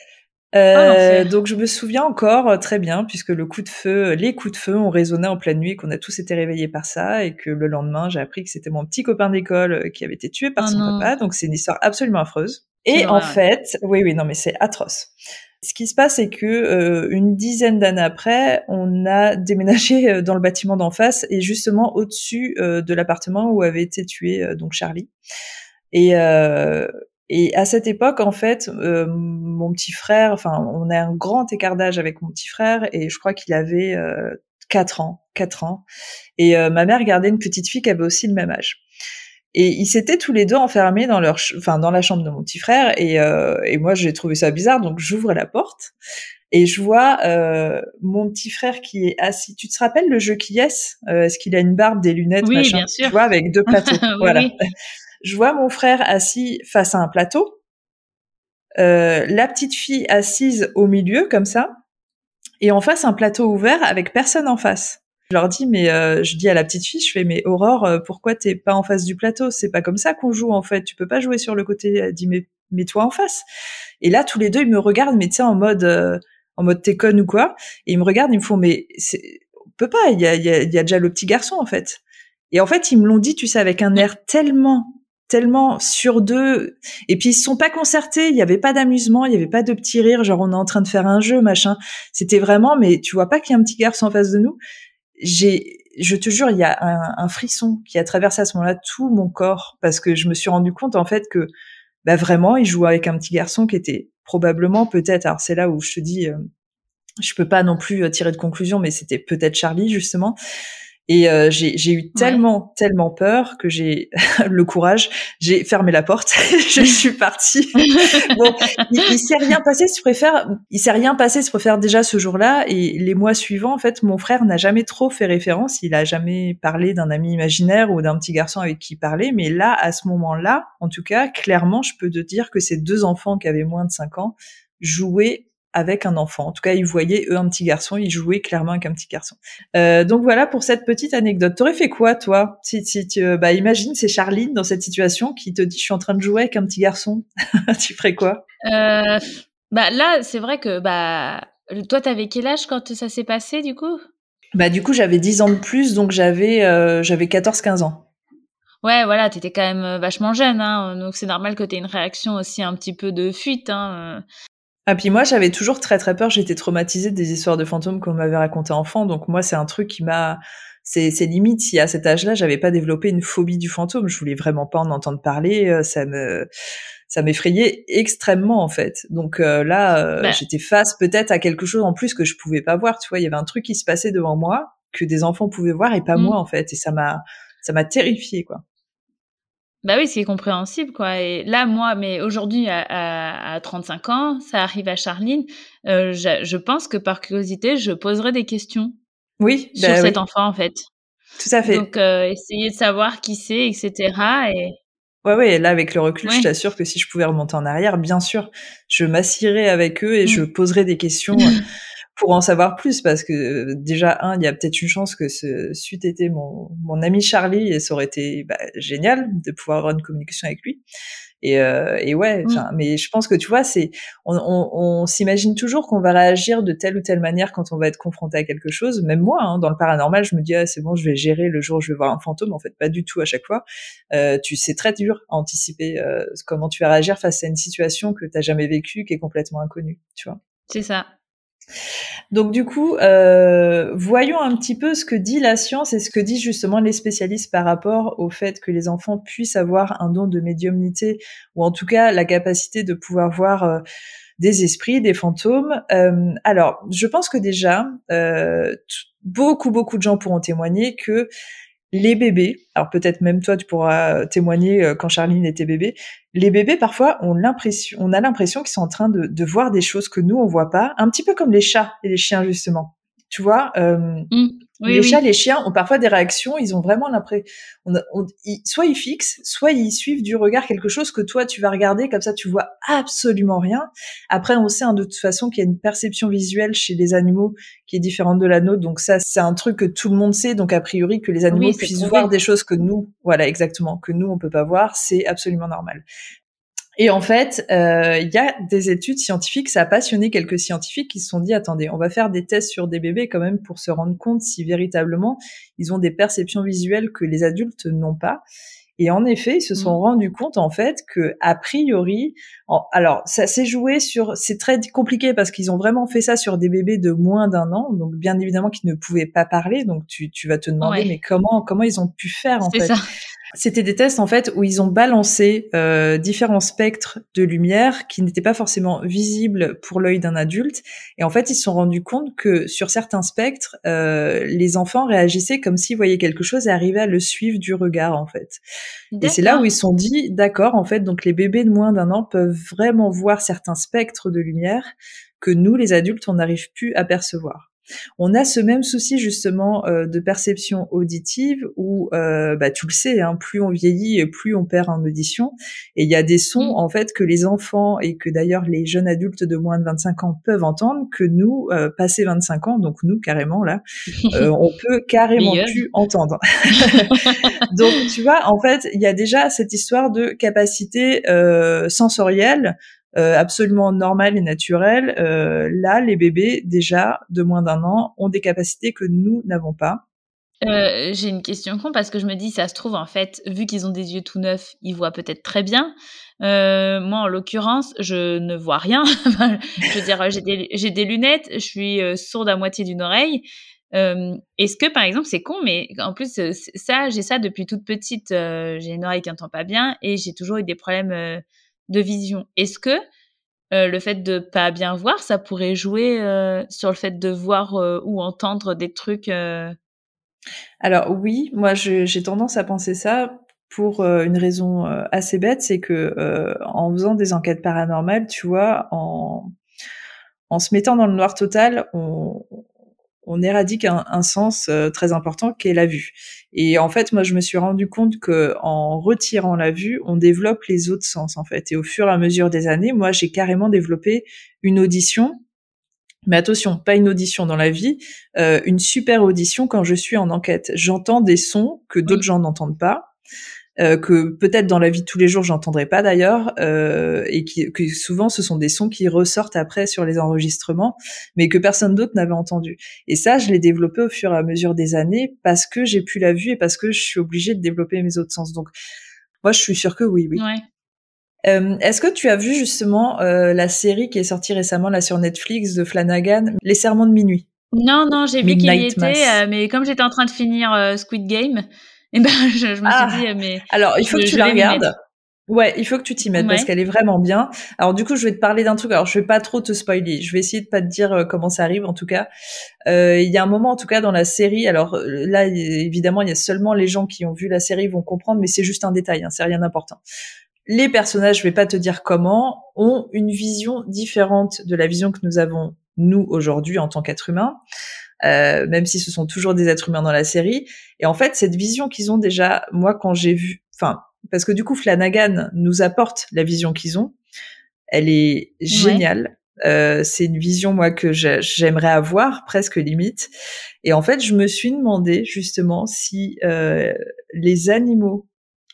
oh Euh, l'enfer. donc je me souviens encore euh, très bien puisque le coup de feu, les coups de feu ont résonné en pleine nuit, qu'on a tous été réveillés par ça et que le lendemain j'ai appris que c'était mon petit copain d'école euh, qui avait été tué par Oh son non, papa. Donc c'est une histoire absolument affreuse. quelle Et en horreur. fait, oui oui non mais c'est atroce. Ce qui se passe, c'est que euh, une dizaine d'années après, on a déménagé euh, dans le bâtiment d'en face et justement au-dessus euh, de l'appartement où avait été tué euh, donc Charlie. Et euh, et à cette époque, en fait, euh, mon petit frère, enfin, on a un grand écart d'âge avec mon petit frère, et je crois qu'il avait euh, quatre ans, quatre ans. Et euh, ma mère gardait une petite fille qui avait aussi le même âge. Et ils s'étaient tous les deux enfermés dans leur, ch- enfin, dans la chambre de mon petit frère. Et, euh, et moi, j'ai trouvé ça bizarre, donc j'ouvre la porte et je vois euh, mon petit frère qui est assis. Tu te rappelles le jeu qui est euh, Est-ce qu'il a une barbe, des lunettes, Oui, machin? bien Tu sûr. vois, avec deux plateaux. Oui, Voilà. oui. Je vois mon frère assis face à un plateau, euh, la petite fille assise au milieu comme ça, et en face un plateau ouvert avec personne en face. Je leur dis, mais euh, je dis à la petite fille, je fais, mais Aurore, euh, pourquoi t'es pas en face du plateau? C'est pas comme ça qu'on joue en fait. Tu peux pas jouer sur le côté. Elle dit, mais mets-toi en face. Et là, tous les deux, ils me regardent, mais tu sais, en mode, euh, en mode t'es conne ou quoi. Et ils me regardent, ils me font, mais c'est, on peut pas. Il y a, il y a, il y a déjà le petit garçon en fait. Et en fait, ils me l'ont dit, tu sais, avec un air tellement, tellement sur d'eux. Et puis ils se sont pas concertés. Il y avait pas d'amusement, il y avait pas de petits rires, genre on est en train de faire un jeu, machin. C'était vraiment, mais tu vois pas qu'il y a un petit garçon en face de nous. J'ai, je te jure, il y a un, un frisson qui a traversé à ce moment-là tout mon corps parce que je me suis rendu compte en fait que, bah vraiment, il jouait avec un petit garçon qui était probablement, peut-être. Alors c'est là où je te dis, euh, je peux pas non plus tirer de conclusion, mais c'était peut-être Charlie justement. Et euh, j'ai, j'ai eu tellement, ouais. tellement peur que j'ai le courage, j'ai fermé la porte, je suis partie. Bon, il, il s'est rien passé, si tu préfères, il s'est rien passé, si tu préfères déjà ce jour-là. Et les mois suivants, en fait, mon frère n'a jamais trop fait référence. Il a jamais parlé d'un ami imaginaire ou d'un petit garçon avec qui il parlait. Mais là, à ce moment-là, en tout cas, clairement, je peux te dire que ces deux enfants qui avaient moins de cinq ans jouaient avec un enfant. En tout cas, ils voyaient, eux, un petit garçon, ils jouaient clairement avec un petit garçon. Euh, donc voilà pour cette petite anecdote. T'aurais fait quoi, toi? Si, si tu, bah, imagine, c'est Charline dans cette situation qui te dit, je suis en train de jouer avec un petit garçon. Tu ferais quoi? Euh, bah, là, c'est vrai que, bah, toi, t'avais quel âge quand ça s'est passé, du coup? Bah, du coup, j'avais dix ans de plus, donc j'avais, euh, j'avais quatorze quinze ans. Ouais, voilà, t'étais quand même vachement jeune, hein, donc c'est normal que t'aies une réaction aussi un petit peu de fuite, hein. Ah, puis moi, j'avais toujours très très peur, j'étais traumatisée des histoires de fantômes qu'on m'avait racontées enfant, donc moi, c'est un truc qui m'a... C'est, c'est limite, si à cet âge-là, j'avais pas développé une phobie du fantôme, je voulais vraiment pas en entendre parler, ça me... ça m'effrayait extrêmement, en fait. Donc euh, là, euh, bah. j'étais face peut-être à quelque chose en plus que je pouvais pas voir, tu vois, il y avait un truc qui se passait devant moi, que des enfants pouvaient voir et pas mmh. moi, en fait, et ça m'a, ça m'a terrifiée, quoi. Bah oui, c'est compréhensible, quoi. Et là, moi, mais aujourd'hui, à, à, à trente-cinq ans, ça arrive à Charline, euh, je, je pense que par curiosité, je poserai des questions. Oui, sur bah cet oui. enfant, en fait. Tout à fait. Donc, euh, essayer de savoir qui c'est, et cetera. Et... Ouais, ouais, et là, avec le recul, ouais. je t'assure que si je pouvais remonter en arrière, bien sûr, je m'assierais avec eux et mmh. je poserais des questions pour en savoir plus, parce que déjà, un, il y a peut-être une chance que ce c'eût été mon, mon ami Charlie, et ça aurait été bah, génial de pouvoir avoir une communication avec lui. Et, euh, et ouais, enfin, mmh. mais je pense que tu vois, c'est, on, on, on s'imagine toujours qu'on va réagir de telle ou telle manière quand on va être confronté à quelque chose. Même moi, hein, dans le paranormal, je me dis ah c'est bon, je vais gérer le jour où je vais voir un fantôme. En fait, pas du tout à chaque fois. Euh, tu c'est très dur à anticiper euh, comment tu vas réagir face à une situation que t'as jamais vécue, qui est complètement inconnue. Tu vois. C'est ça. Donc du coup, euh, voyons un petit peu ce que dit la science et ce que disent justement les spécialistes par rapport au fait que les enfants puissent avoir un don de médiumnité, ou en tout cas la capacité de pouvoir voir euh, des esprits, des fantômes. Euh, alors, je pense que déjà, euh, t- beaucoup, beaucoup de gens pourront témoigner que les bébés, alors peut-être même toi tu pourras témoigner quand Charline était bébé, les bébés parfois ont l'impression, on a l'impression qu'ils sont en train de, de voir des choses que nous on voit pas, un petit peu comme les chats et les chiens justement. Tu vois, euh, mmh. oui, les oui. chats, les chiens ont parfois des réactions, ils ont vraiment l'impression, on, on, ils, soit ils fixent, soit ils suivent du regard quelque chose que toi tu vas regarder, comme ça tu vois absolument rien. Après on sait hein, de toute façon qu'il y a une perception visuelle chez les animaux qui est différente de la nôtre, donc ça c'est un truc que tout le monde sait, donc a priori que les animaux oui, puissent voir des choses que nous, voilà exactement, que nous on peut pas voir, c'est absolument normal. Et en fait, il euh, y a des études scientifiques, ça a passionné quelques scientifiques qui se sont dit, attendez, on va faire des tests sur des bébés quand même pour se rendre compte si véritablement ils ont des perceptions visuelles que les adultes n'ont pas. Et en effet, ils se sont mmh. rendus compte en fait que a priori, en, alors ça s'est joué sur, c'est très compliqué parce qu'ils ont vraiment fait ça sur des bébés de moins d'un an, donc bien évidemment qui ne pouvaient pas parler. Donc tu tu vas te demander ouais. mais comment comment ils ont pu faire en c'est fait. Ça. C'était des tests en fait où ils ont balancé euh, différents spectres de lumière qui n'étaient pas forcément visibles pour l'œil d'un adulte, et en fait ils se sont rendus compte que sur certains spectres, euh, les enfants réagissaient comme s'ils voyaient quelque chose et arrivaient à le suivre du regard en fait. D'accord. Et c'est là où ils se sont dit d'accord en fait, donc les bébés de moins d'un an peuvent vraiment voir certains spectres de lumière que nous les adultes on n'arrive plus à percevoir. On a ce même souci justement euh, de perception auditive où, euh, bah, tu le sais, hein, plus on vieillit, plus on perd en audition. Et il y a des sons, Mmh. en fait, que les enfants et que d'ailleurs les jeunes adultes de moins de vingt-cinq ans peuvent entendre, que nous, euh, passé vingt-cinq ans, donc nous carrément là, euh, on peut carrément Meilleur. plus entendre. Donc, tu vois, en fait, il y a déjà cette histoire de capacité euh, sensorielle euh, absolument normale et naturelle. Euh, là, les bébés, déjà, de moins d'un an, ont des capacités que nous n'avons pas. Euh, j'ai une question con parce que je me dis, ça se trouve, en fait, vu qu'ils ont des yeux tout neufs, ils voient peut-être très bien. Euh, moi, en l'occurrence, je ne vois rien. Je veux dire, j'ai des, j'ai des lunettes, je suis euh, sourde à moitié d'une oreille. Euh, est-ce que, par exemple, c'est con, mais en plus, euh, c'est- ça, j'ai ça depuis toute petite. Euh, j'ai une oreille qui entend pas bien et j'ai toujours eu des problèmes euh, de vision. Est-ce que euh, le fait de pas bien voir, ça pourrait jouer euh, sur le fait de voir euh, ou entendre des trucs euh... Alors oui, moi, je, j'ai tendance à penser ça pour euh, une raison euh, assez bête, c'est que euh, en faisant des enquêtes paranormales, tu vois, en en se mettant dans le noir total, on, on éradique un, un sens euh, très important qui est la vue. Et en fait, moi, je me suis rendu compte que en retirant la vue, on développe les autres sens, en fait. Et au fur et à mesure des années, moi, j'ai carrément développé une audition. Mais attention, pas une audition dans la vie, euh, une super audition quand je suis en enquête. J'entends des sons que d'autres Oui. gens n'entendent pas. Euh, que peut-être dans la vie de tous les jours j'entendrai pas d'ailleurs, euh, et qui, que souvent ce sont des sons qui ressortent après sur les enregistrements, mais que personne d'autre n'avait entendu. Et ça, je l'ai développé au fur et à mesure des années parce que j'ai plus la vue et parce que je suis obligée de développer mes autres sens. Donc, moi, je suis sûre que oui, oui. Ouais. Euh, est-ce que tu as vu justement euh, la série qui est sortie récemment là sur Netflix de Flanagan, Les Sermons de minuit? Non, non, j'ai vu qu'il y Midnight était, Mass. euh, mais comme j'étais en train de finir euh, Squid Game, et ben je, je me suis Ah, dit, euh, mais alors il faut que je, tu je la vais m'y regardes. mettre. Ouais, il faut que tu t'y mettes parce Ouais. qu'elle est vraiment bien. Alors du coup, je vais te parler d'un truc. Alors je vais pas trop te spoiler. Je vais essayer de pas te dire euh, comment ça arrive en tout cas. Euh, Il y a un moment en tout cas dans la série. Alors euh, là, évidemment, il y a seulement les gens qui ont vu la série vont comprendre, mais c'est juste un détail. Hein, c'est rien d'important. Les personnages, je vais pas te dire comment, ont une vision différente de la vision que nous avons nous aujourd'hui en tant qu'êtres humains. Euh, même si ce sont toujours des êtres humains dans la série. Et en fait, cette vision qu'ils ont déjà, moi, quand j'ai vu, enfin, parce que du coup, Flanagan nous apporte la vision qu'ils ont. Elle est Ouais. géniale. Euh, c'est une vision, moi, que j'aimerais avoir, presque limite. Et en fait, je me suis demandé, justement, si euh, les animaux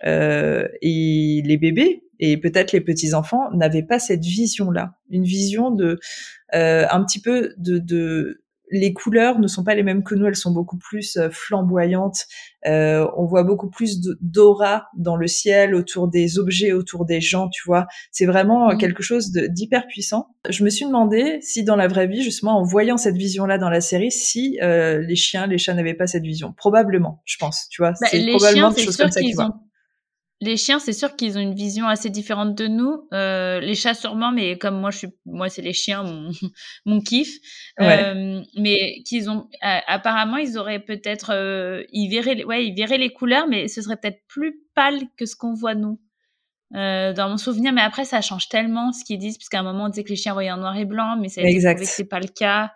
euh, et les bébés, et peut-être les petits-enfants, n'avaient pas cette vision-là. Une vision de euh, un petit peu de, de les couleurs ne sont pas les mêmes que nous, elles sont beaucoup plus euh, flamboyantes. Euh, on voit beaucoup plus d'aura dans le ciel, autour des objets, autour des gens, tu vois. C'est vraiment Mmh. quelque chose d'hyper puissant. Je me suis demandé si dans la vraie vie, justement, en voyant cette vision-là dans la série, si euh, les chiens, les chats n'avaient pas cette vision. Probablement, je pense, tu vois. Bah, C'est les chiens, probablement des c'est choses comme sûr ça qu'ils qu'ils ont. voient. Les chiens, c'est sûr qu'ils ont une vision assez différente de nous. Euh, les chats sûrement, mais comme moi, je suis, moi, c'est les chiens, mon, mon kiff. Ouais. Euh, mais qu'ils ont, euh, apparemment, ils auraient peut-être, euh, ils verraient, les- ouais, ils verraient les couleurs, mais ce serait peut-être plus pâle que ce qu'on voit nous. Euh, dans mon souvenir, mais après, ça change tellement ce qu'ils disent, parce qu'à un moment, on disait que les chiens voyaient en noir et blanc, mais ça a été prouvé que Exact. c'est pas le cas.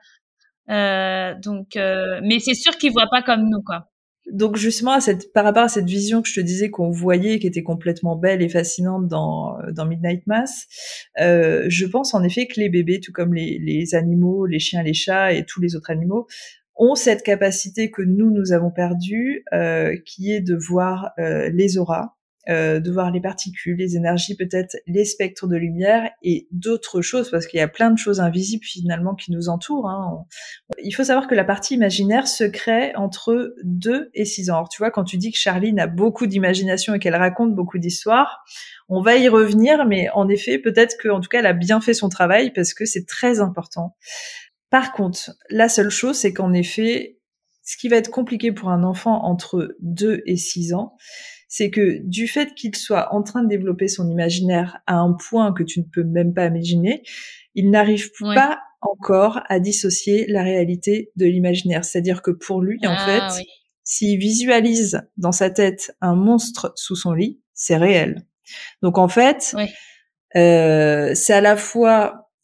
Euh, donc, euh, mais c'est sûr qu'ils voient pas comme nous, quoi. Donc justement, à cette, par rapport à cette vision que je te disais qu'on voyait, qui était complètement belle et fascinante dans, dans Midnight Mass, euh, je pense en effet que les bébés, tout comme les, les animaux, les chiens, les chats et tous les autres animaux, ont cette capacité que nous, nous avons perdue, euh, qui est de voir euh, les auras, euh, de voir les particules, les énergies, peut-être les spectres de lumière et d'autres choses, parce qu'il y a plein de choses invisibles finalement qui nous entourent. Hein. Il faut savoir que la partie imaginaire se crée entre deux et six ans. Alors, tu vois, quand tu dis que Charline a beaucoup d'imagination et qu'elle raconte beaucoup d'histoires, on va y revenir, mais en effet, peut-être qu'en tout cas, elle a bien fait son travail parce que c'est très important. Par contre, la seule chose, c'est qu'en effet, ce qui va être compliqué pour un enfant entre deux et six ans, c'est que du fait qu'il soit en train de développer son imaginaire à un point que tu ne peux même pas imaginer, il n'arrive Ouais. pas encore à dissocier la réalité de l'imaginaire. C'est-à-dire que pour lui, en fait, Ah, oui. s'il visualise dans sa tête un monstre sous son lit, c'est réel. Donc en fait, Ouais. euh, c'est à la fois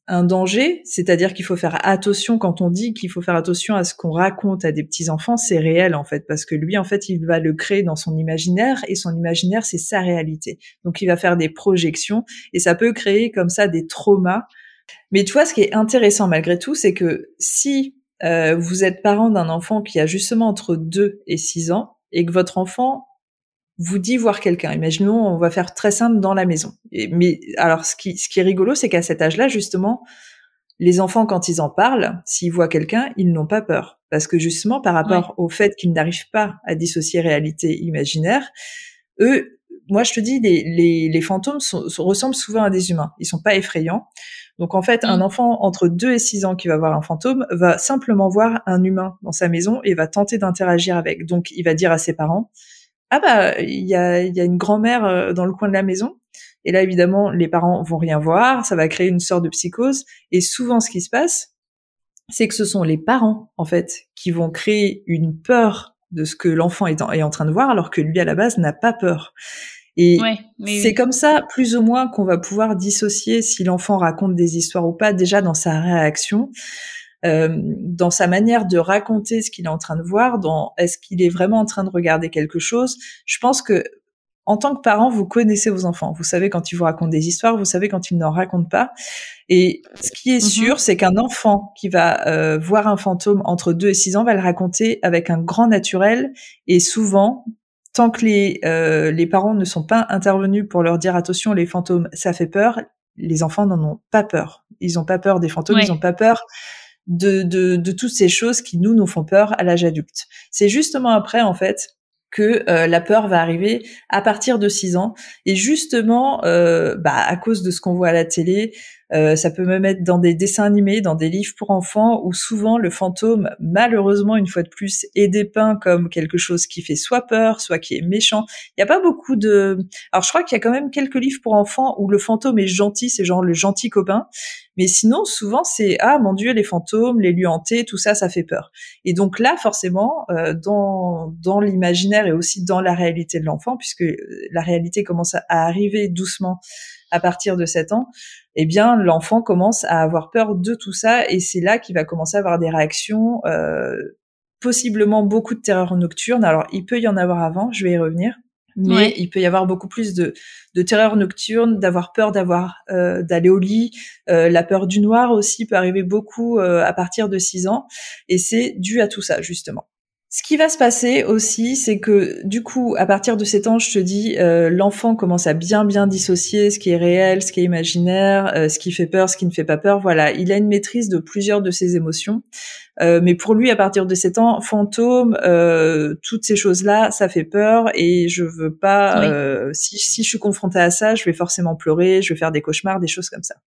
un danger, c'est-à-dire qu'il faut faire attention quand on dit qu'il faut faire attention à ce qu'on raconte à des petits-enfants, c'est réel en fait, parce que lui en fait il va le créer dans son imaginaire et son imaginaire c'est sa réalité. Donc il va faire des projections et ça peut créer comme ça des traumas. Mais tu vois, ce qui est intéressant malgré tout, c'est que si euh, vous êtes parent d'un enfant qui a justement entre deux et six ans et que votre enfant vous dit voir quelqu'un. Imaginons, on va faire très simple dans la maison. Et, mais alors, ce qui, ce qui est rigolo, c'est qu'à cet âge-là, justement, les enfants, quand ils en parlent, s'ils voient quelqu'un, ils n'ont pas peur. Parce que justement, par rapport ouais. au fait qu'ils n'arrivent pas à dissocier réalité et imaginaire, eux, moi, je te dis, les, les, les fantômes sont, sont, ressemblent souvent à des humains. Ils sont pas effrayants. Donc, en fait, mmh. un enfant entre deux et six ans qui va voir un fantôme va simplement voir un humain dans sa maison et va tenter d'interagir avec. Donc, il va dire à ses parents, ah bah il y a il y a une grand-mère dans le coin de la maison et là évidemment les parents vont rien voir, ça va créer une sorte de psychose et souvent ce qui se passe c'est que ce sont les parents en fait qui vont créer une peur de ce que l'enfant est en, est en train de voir alors que lui à la base n'a pas peur. Et ouais, c'est oui. comme ça plus ou moins qu'on va pouvoir dissocier si l'enfant raconte des histoires ou pas déjà dans sa réaction. Euh, dans sa manière de raconter ce qu'il est en train de voir, dans est-ce qu'il est vraiment en train de regarder quelque chose. Je pense que en tant que parent, vous connaissez vos enfants. Vous savez quand ils vous racontent des histoires, vous savez quand ils n'en racontent pas. Et ce qui est sûr, mm-hmm. c'est qu'un enfant qui va euh, voir un fantôme entre deux et six ans va le raconter avec un grand naturel et souvent, tant que les euh, les parents ne sont pas intervenus pour leur dire attention, les fantômes, ça fait peur, les enfants n'en ont pas peur. Ils n'ont pas peur des fantômes, ouais. ils n'ont pas peur de, de, de toutes ces choses qui nous, nous font peur à l'âge adulte. C'est justement après, en fait, que euh, la peur va arriver à partir de six ans. Et justement, euh, bah, à cause de ce qu'on voit à la télé, euh, ça peut même être dans des dessins animés, dans des livres pour enfants, où souvent le fantôme, malheureusement, une fois de plus, est dépeint comme quelque chose qui fait soit peur, soit qui est méchant. Il n'y a pas beaucoup de... Alors, je crois qu'il y a quand même quelques livres pour enfants où le fantôme est gentil, c'est genre le gentil copain. Mais sinon, souvent, c'est « Ah, mon Dieu, les fantômes, les lieux hantés, tout ça, ça fait peur. » Et donc là, forcément, euh, dans, dans l'imaginaire et aussi dans la réalité de l'enfant, puisque la réalité commence à arriver doucement à partir de sept ans, eh bien, l'enfant commence à avoir peur de tout ça et c'est là qu'il va commencer à avoir des réactions, euh, possiblement beaucoup de terreur nocturne. Alors, il peut y en avoir avant, je vais y revenir. Mais ouais. il peut y avoir beaucoup plus de, de terreur nocturne, d'avoir peur d'avoir euh, d'aller au lit. Euh, la peur du noir aussi peut arriver beaucoup euh, à partir de six ans. Et c'est dû à tout ça, justement. Ce qui va se passer aussi, c'est que du coup, à partir de sept ans, je te dis, euh, l'enfant commence à bien bien dissocier ce qui est réel, ce qui est imaginaire, euh, ce qui fait peur, ce qui ne fait pas peur. Voilà, il a une maîtrise de plusieurs de ses émotions. Euh, mais pour lui, à partir de sept ans, fantôme, euh, toutes ces choses-là, ça fait peur et je veux pas. Oui. Euh, si, si je suis confrontée à ça, je vais forcément pleurer, je vais faire des cauchemars, des choses comme ça.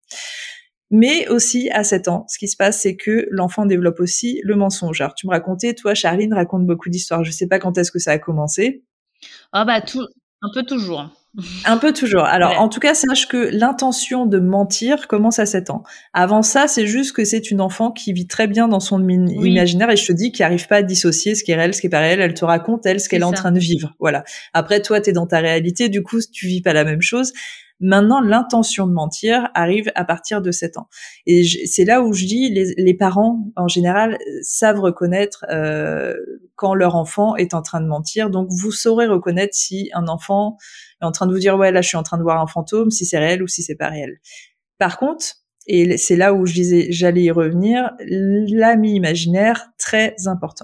Mais aussi, à sept ans, ce qui se passe, c'est que l'enfant développe aussi le mensonge. Alors, tu me racontais, toi, Charline raconte beaucoup d'histoires. Je sais pas quand est-ce que ça a commencé. Ah bah, tout, un peu toujours. Un peu toujours. Alors, ouais. En tout cas, sache que l'intention de mentir commence à sept ans. Avant ça, c'est juste que c'est une enfant qui vit très bien dans son mi- oui. imaginaire et je te dis, qui arrive pas à dissocier ce qui est réel, ce qui est pas réel. Elle te raconte, elle, ce qu'elle c'est est en train de vivre. Voilà. Après, toi, t'es dans ta réalité. Du coup, tu vis pas la même chose. Maintenant, l'intention de mentir arrive à partir de sept ans. Et je, c'est là où je dis, les, les parents, en général, savent reconnaître euh, quand leur enfant est en train de mentir. Donc, vous saurez reconnaître si un enfant est en train de vous dire « Ouais, là, je suis en train de voir un fantôme », si c'est réel ou si c'est pas réel. Par contre, et c'est là où je disais, j'allais y revenir, l'ami imaginaire, très important.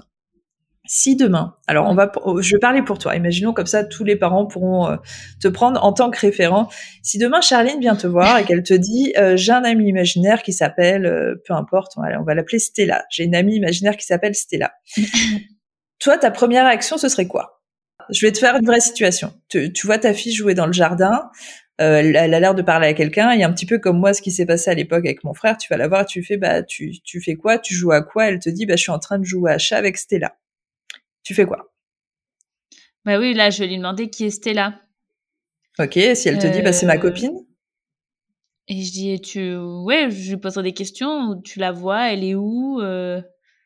Si demain, alors on va, je vais parler pour toi. Imaginons comme ça, tous les parents pourront euh, te prendre en tant que référent. Si demain Charline vient te voir et qu'elle te dit, euh, j'ai un ami imaginaire qui s'appelle, euh, peu importe, on va, on va l'appeler Stella. J'ai une amie imaginaire qui s'appelle Stella. Toi, ta première réaction, ce serait quoi? Je vais te faire une vraie situation. Tu, tu vois ta fille jouer dans le jardin. Euh, elle a l'air de parler à quelqu'un. Il y a un petit peu comme moi, ce qui s'est passé à l'époque avec mon frère. Tu vas la voir, tu fais, bah, tu, tu fais quoi? Tu joues à quoi? Elle te dit, bah, je suis en train de jouer à chat avec Stella. Tu fais quoi? Bah oui, là, je vais lui demander qui est Stella. Ok, si elle te euh... dit, bah, c'est ma copine. Et je dis, tu, ouais, je lui poserai des questions. Tu la vois, elle est où? euh...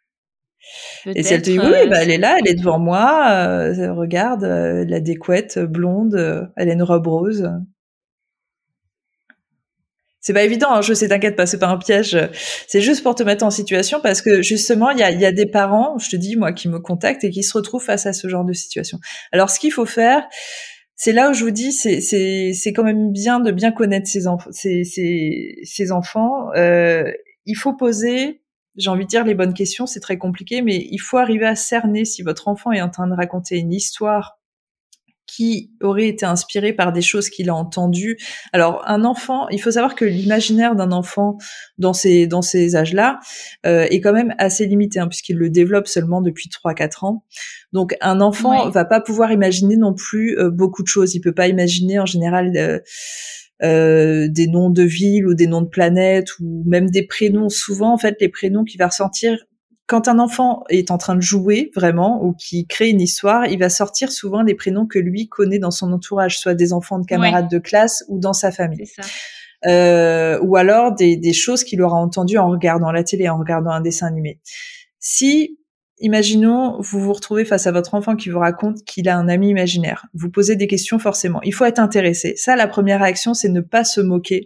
Et si elle te dit, oui, euh, bah, elle est là, elle est devant moi. Euh, regarde, euh, elle a des couettes blondes, euh, elle a une robe rose. C'est pas évident, hein, je sais, t'inquiète pas, c'est pas un piège. C'est juste pour te mettre en situation parce que justement, il y a, il y a des parents, je te dis, moi, qui me contactent et qui se retrouvent face à ce genre de situation. Alors, ce qu'il faut faire, c'est là où je vous dis, c'est, c'est, c'est quand même bien de bien connaître ses enfants, ses, ses, ses enfants. Euh, il faut poser, j'ai envie de dire, les bonnes questions. C'est très compliqué, mais il faut arriver à cerner si votre enfant est en train de raconter une histoire qui aurait été inspiré par des choses qu'il a entendues. Alors, un enfant, il faut savoir que l'imaginaire d'un enfant dans ces dans ces âges-là euh, est quand même assez limité, hein, puisqu'il le développe seulement depuis trois quatre ans. Donc, un enfant Oui. va pas pouvoir imaginer non plus euh, beaucoup de choses. Il peut pas imaginer en général euh, euh, des noms de villes ou des noms de planètes ou même des prénoms. Souvent, en fait, les prénoms qu'il va ressentir quand un enfant est en train de jouer vraiment ou qui crée une histoire, il va sortir souvent les prénoms que lui connaît dans son entourage, soit des enfants de camarades Oui. de classe ou dans sa famille. C'est ça. Euh, ou alors des, des choses qu'il aura entendues en regardant la télé, en regardant un dessin animé. Si, imaginons, vous vous retrouvez face à votre enfant qui vous raconte qu'il a un ami imaginaire, vous posez des questions forcément. Il faut être intéressé. Ça, la première réaction, c'est ne pas se moquer.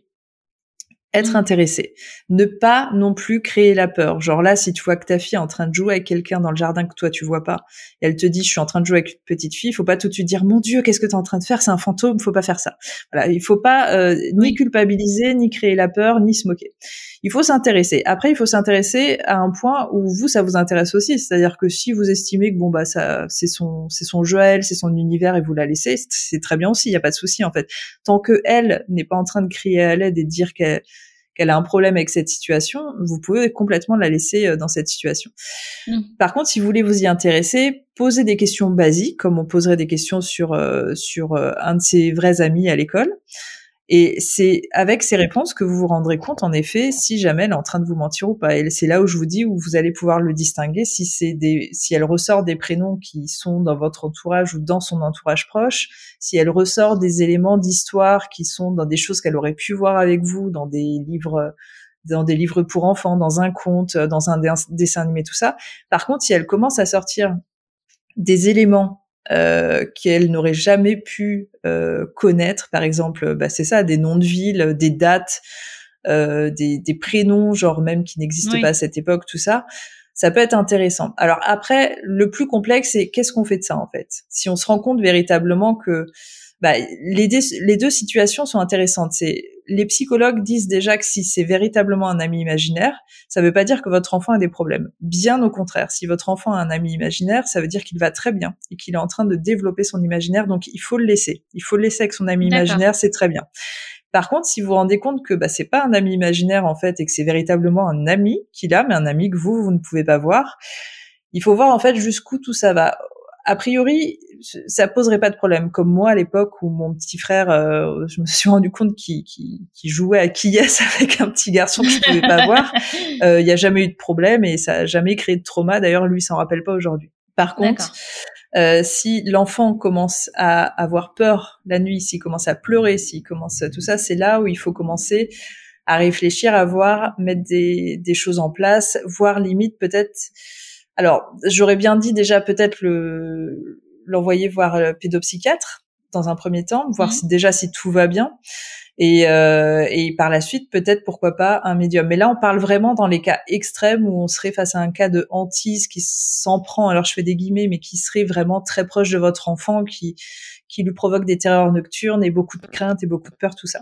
Être Mmh. intéressé. Ne pas non plus créer la peur. Genre là, si tu vois que ta fille est en train de jouer avec quelqu'un dans le jardin que toi tu vois pas, et elle te dit je suis en train de jouer avec une petite fille, il faut pas tout de suite dire mon Dieu, qu'est-ce que tu es en train de faire, c'est un fantôme, faut pas faire ça. Voilà, il faut pas euh, ni Oui. culpabiliser, ni créer la peur, ni se moquer. Il faut s'intéresser. Après, il faut s'intéresser à un point où vous ça vous intéresse aussi, c'est-à-dire que si vous estimez que bon bah ça c'est son c'est son jeu à elle, c'est son univers et vous la laissez, c'est, c'est très bien aussi, il y a pas de souci en fait. Tant que elle n'est pas en train de crier à l'aide et de dire qu'elle qu'elle a un problème avec cette situation, vous pouvez complètement la laisser dans cette situation. Mmh. Par contre, si vous voulez vous y intéresser, posez des questions basiques, comme on poserait des questions sur euh, sur euh, un de ses vrais amis à l'école. Et c'est avec ces réponses que vous vous rendrez compte, en effet, si jamais elle est en train de vous mentir ou pas. Et c'est là où je vous dis, où vous allez pouvoir le distinguer, si c'est des, si elle ressort des prénoms qui sont dans votre entourage ou dans son entourage proche, si elle ressort des éléments d'histoire qui sont dans des choses qu'elle aurait pu voir avec vous, dans des livres, dans des livres pour enfants, dans un conte, dans un dessin animé, tout ça. Par contre, si elle commence à sortir des éléments Euh, qu'elle n'aurait jamais pu euh, connaître, par exemple, bah c'est ça, des noms de villes, des dates, euh, des, des prénoms, genre même qui n'existent oui. pas à cette époque, tout ça, ça peut être intéressant. Alors après, le plus complexe, c'est qu'est-ce qu'on fait de ça en fait ? Si on se rend compte véritablement que bah, les, deux, les deux situations sont intéressantes. C'est les psychologues disent déjà que si c'est véritablement un ami imaginaire, ça veut pas dire que votre enfant a des problèmes. Bien au contraire, si votre enfant a un ami imaginaire, ça veut dire qu'il va très bien et qu'il est en train de développer son imaginaire. Donc il faut le laisser. Il faut le laisser avec son ami D'accord. imaginaire, c'est très bien. Par contre, si vous vous rendez compte que bah, c'est pas un ami imaginaire en fait et que c'est véritablement un ami qu'il a, mais un ami que vous vous ne pouvez pas voir, il faut voir en fait jusqu'où tout ça va. A priori, ça poserait pas de problème. Comme moi, à l'époque où mon petit frère, euh, je me suis rendu compte qu'il, qu'il, qu'il jouait à qui est-ce avec un petit garçon que je pouvais pas voir. Il euh, y a jamais eu de problème et ça a jamais créé de trauma. D'ailleurs, lui, il s'en rappelle pas aujourd'hui. Par contre, euh, si l'enfant commence à avoir peur la nuit, s'il commence à pleurer, s'il commence tout ça, c'est là où il faut commencer à réfléchir, à voir, mettre des, des choses en place, voir limite peut-être. Alors, j'aurais bien dit déjà peut-être le l'envoyer voir le pédopsychiatre dans un premier temps, voir mmh. si déjà si tout va bien, et euh, et par la suite peut-être pourquoi pas un médium. Mais là, on parle vraiment dans les cas extrêmes où on serait face à un cas de hantise qui s'en prend. Alors je fais des guillemets, mais qui serait vraiment très proche de votre enfant, qui qui lui provoque des terreurs nocturnes et beaucoup de crainte et beaucoup de peur, tout ça.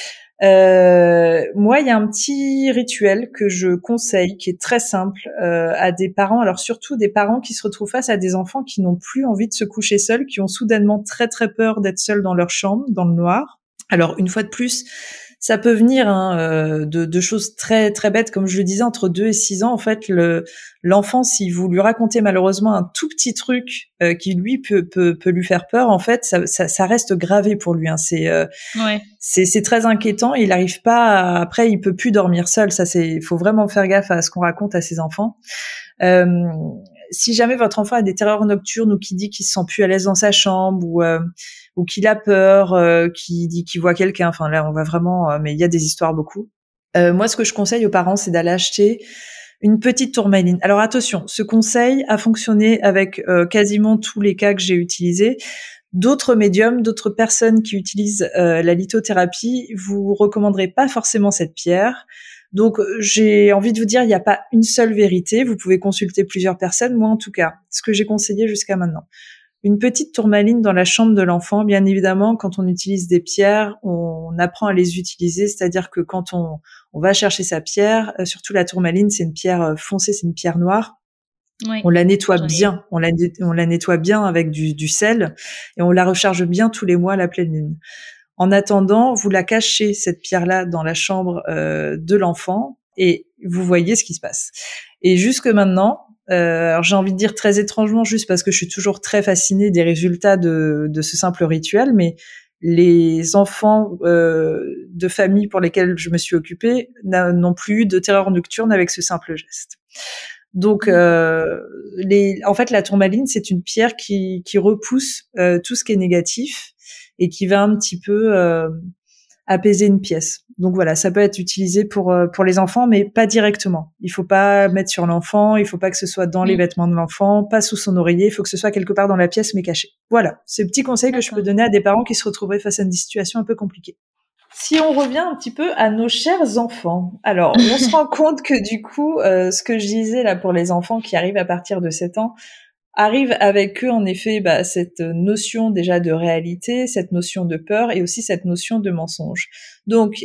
Euh, moi, il y a un petit rituel que je conseille, qui est très simple euh, à des parents, alors surtout des parents qui se retrouvent face à des enfants qui n'ont plus envie de se coucher seuls, qui ont soudainement très très peur d'être seuls dans leur chambre, dans le noir. Alors une fois de plus, ça peut venir hein, euh, de, de choses très très bêtes, comme je le disais, entre deux et six ans. En fait, le l'enfant, si vous lui racontez malheureusement un tout petit truc euh, qui lui peut, peut peut lui faire peur, en fait, ça ça, ça reste gravé pour lui. Hein. C'est euh, ouais. c'est c'est très inquiétant. Il n'arrive pas. À, après, il peut plus dormir seul. Ça, c'est. Il faut vraiment faire gaffe à ce qu'on raconte à ses enfants. Euh, si jamais votre enfant a des terreurs nocturnes ou qui dit qu'il se sent plus à l'aise dans sa chambre ou euh, ou qu'il a peur, euh, qu'il dit qu'il voit quelqu'un, enfin là on va vraiment, euh, mais il y a des histoires beaucoup. Euh, moi, ce que je conseille aux parents, c'est d'aller acheter une petite tourmaline. Alors attention, ce conseil a fonctionné avec euh, quasiment tous les cas que j'ai utilisés. d'autres médiums, d'autres personnes qui utilisent euh, la lithothérapie vous recommanderaient pas forcément cette pierre. Donc, j'ai envie de vous dire, il n'y a pas une seule vérité. Vous pouvez consulter plusieurs personnes. Moi, en tout cas, ce que j'ai conseillé jusqu'à maintenant. Une petite tourmaline dans la chambre de l'enfant. Bien évidemment, quand on utilise des pierres, on apprend à les utiliser. C'est-à-dire que quand on, on va chercher sa pierre, euh, surtout la tourmaline, c'est une pierre foncée, c'est une pierre noire. Oui, on la nettoie bien, on la, on la nettoie bien avec du, du sel et on la recharge bien tous les mois à la pleine lune. En attendant, vous la cachez, cette pierre-là, dans la chambre euh, de l'enfant et vous voyez ce qui se passe. Et jusque maintenant, euh, alors j'ai envie de dire très étrangement, juste parce que je suis toujours très fascinée des résultats de, de ce simple rituel, mais les enfants euh, de famille pour lesquels je me suis occupée n'ont plus eu de terreur nocturne avec ce simple geste. Donc, euh, les, en fait, la tourmaline, c'est une pierre qui, qui repousse euh, tout ce qui est négatif et qui va un petit peu euh, apaiser une pièce. Donc voilà, ça peut être utilisé pour pour les enfants, mais pas directement. Il faut pas mettre sur l'enfant, il faut pas que ce soit dans les vêtements de l'enfant, pas sous son oreiller. Il faut que ce soit quelque part dans la pièce, mais caché. Voilà, c'est le petit conseil que je peux donner à des parents qui se retrouveraient face à une situation un peu compliquée. Si on revient un petit peu à nos chers enfants, alors on se rend compte que du coup, euh, ce que je disais là pour les enfants qui arrivent à partir de sept ans, arrive avec eux en effet bah, cette notion déjà de réalité, cette notion de peur et aussi cette notion de mensonge. Donc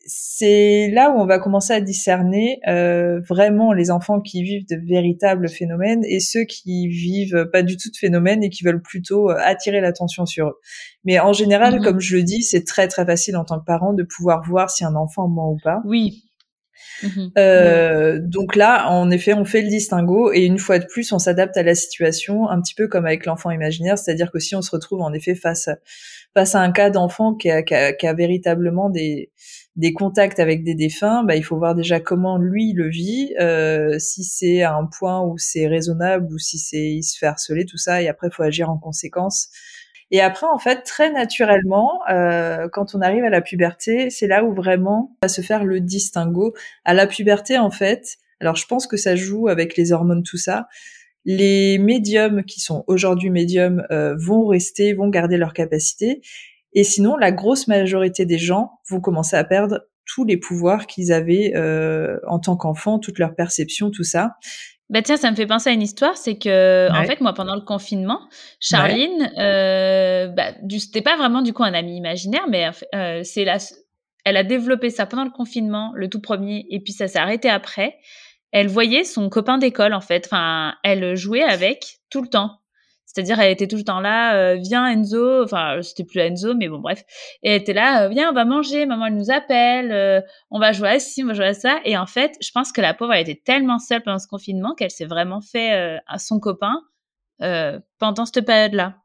c'est là où on va commencer à discerner euh, vraiment les enfants qui vivent de véritables phénomènes et ceux qui vivent pas du tout de phénomènes et qui veulent plutôt attirer l'attention sur eux. Mais en général, mmh. comme je le dis, c'est très très facile en tant que parent de pouvoir voir si un enfant ment ou pas. Oui. Mmh. Euh, mmh. Donc là, en effet, on fait le distinguo et une fois de plus, on s'adapte à la situation, un petit peu comme avec l'enfant imaginaire, c'est-à-dire que si on se retrouve en effet face à, face à un cas d'enfant qui a, qui a, qui a véritablement des, des contacts avec des défunts, bah il faut voir déjà comment lui le vit, euh, si c'est à un point où c'est raisonnable ou si c'est il se fait harceler, tout ça, et après il faut agir en conséquence. Et après, en fait, très naturellement, euh, quand on arrive à la puberté, c'est là où vraiment va se faire le distinguo. À la puberté, en fait, alors je pense que ça joue avec les hormones, tout ça. Les médiums qui sont aujourd'hui médiums euh, vont rester, vont garder leur capacité. Et sinon, la grosse majorité des gens vont commencer à perdre tous les pouvoirs qu'ils avaient euh, en tant qu'enfants, toute leur perception, tout ça. Bah tiens, ça me fait penser à une histoire, c'est que ouais. en fait moi pendant le confinement, Charline, ouais. euh, bah du, c'était pas vraiment du coup un ami imaginaire, mais euh, c'est la, elle a développé ça pendant le confinement, le tout premier, et puis ça s'est arrêté après. Elle voyait son copain d'école en fait, enfin elle jouait avec tout le temps. C'est-à-dire, elle était tout le temps là, euh, viens Enzo, enfin, c'était plus Enzo, mais bon, bref. Et elle était là, euh, viens, on va manger, maman, elle nous appelle, euh, on va jouer à ci, on va jouer à ça. Et en fait, je pense que la pauvre, elle était tellement seule pendant ce confinement qu'elle s'est vraiment fait euh, à son copain euh, pendant cette période-là.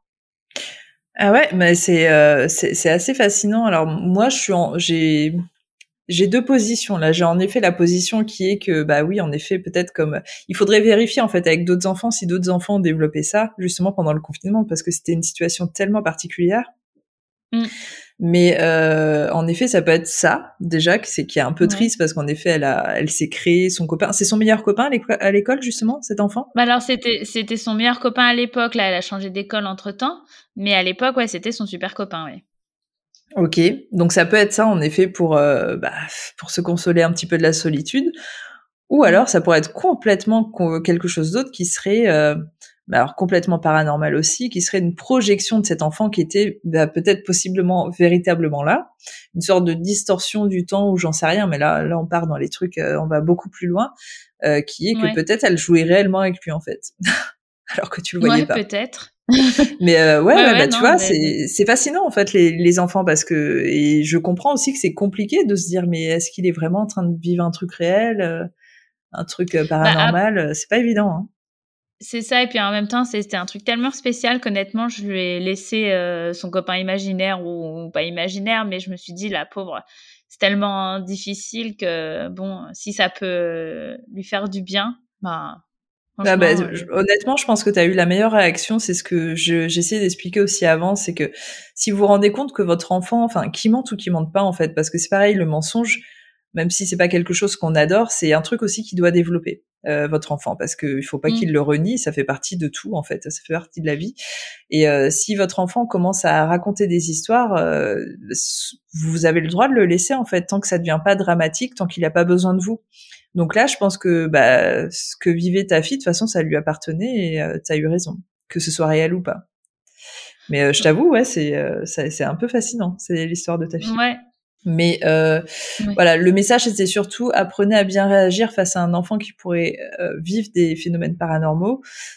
Ah ouais, mais c'est, euh, c'est, c'est assez fascinant. Alors, moi, je suis en, j'ai, J'ai deux positions là. J'ai en effet la position qui est que bah oui, en effet, peut-être comme il faudrait vérifier en fait avec d'autres enfants si d'autres enfants ont développé ça justement pendant le confinement parce que c'était une situation tellement particulière. Mm. Mais euh, en effet, ça peut être ça déjà, c'est qui est un peu ouais. triste parce qu'en effet, elle a, elle s'est créé son copain. C'est son meilleur copain à l'école justement, cet enfant. Bah alors c'était, c'était son meilleur copain à l'époque. Là, elle a changé d'école entre temps, mais à l'époque, ouais, c'était son super copain, ouais. Ok, donc ça peut être ça en effet pour euh, bah, pour se consoler un petit peu de la solitude, ou alors ça pourrait être complètement co- quelque chose d'autre qui serait euh, bah, alors complètement paranormal aussi, qui serait une projection de cet enfant qui était bah, peut-être possiblement véritablement là, une sorte de distorsion du temps ou j'en sais rien, mais là là on part dans les trucs, euh, on va beaucoup plus loin, euh, qui est que ouais. peut-être elle jouait réellement avec lui en fait, alors que tu le voyais ouais, pas. Peut-être. mais euh, ouais, ouais, ouais, bah non, tu vois, mais... c'est c'est fascinant en fait les les enfants parce que et je comprends aussi que c'est compliqué de se dire mais est-ce qu'il est vraiment en train de vivre un truc réel, euh, un truc paranormal, bah, ap... c'est pas évident. Hein. C'est ça et puis en même temps c'est, c'était un truc tellement spécial qu'honnêtement je lui ai laissé euh, son copain imaginaire ou, ou pas imaginaire, mais je me suis dit la pauvre, c'est tellement difficile que bon si ça peut lui faire du bien, bah Ah bah, je, honnêtement, je pense que tu as eu la meilleure réaction. C'est ce que je, j'essayais d'expliquer aussi avant. C'est que si vous vous rendez compte que votre enfant, enfin, qui mente ou qui mente pas, en fait, parce que c'est pareil, le mensonge, même si c'est pas quelque chose qu'on adore, c'est un truc aussi qui doit développer euh, votre enfant, parce que il faut pas mmh. qu'il le renie, ça fait partie de tout en fait, ça fait partie de la vie. Et euh, si votre enfant commence à raconter des histoires, euh, vous avez le droit de le laisser en fait, tant que ça devient pas dramatique, tant qu'il a pas besoin de vous. Donc là, je pense que bah, ce que vivait ta fille, de toute façon, ça lui appartenait et euh, t'as eu raison, que ce soit réel ou pas. Mais euh, je t'avoue, ouais, c'est, euh, c'est c'est un peu fascinant, c'est l'histoire de ta fille. Ouais. Mais euh, ouais. Voilà, le message c'était surtout apprenez à bien réagir face à un enfant qui pourrait euh, vivre des phénomènes paranormaux,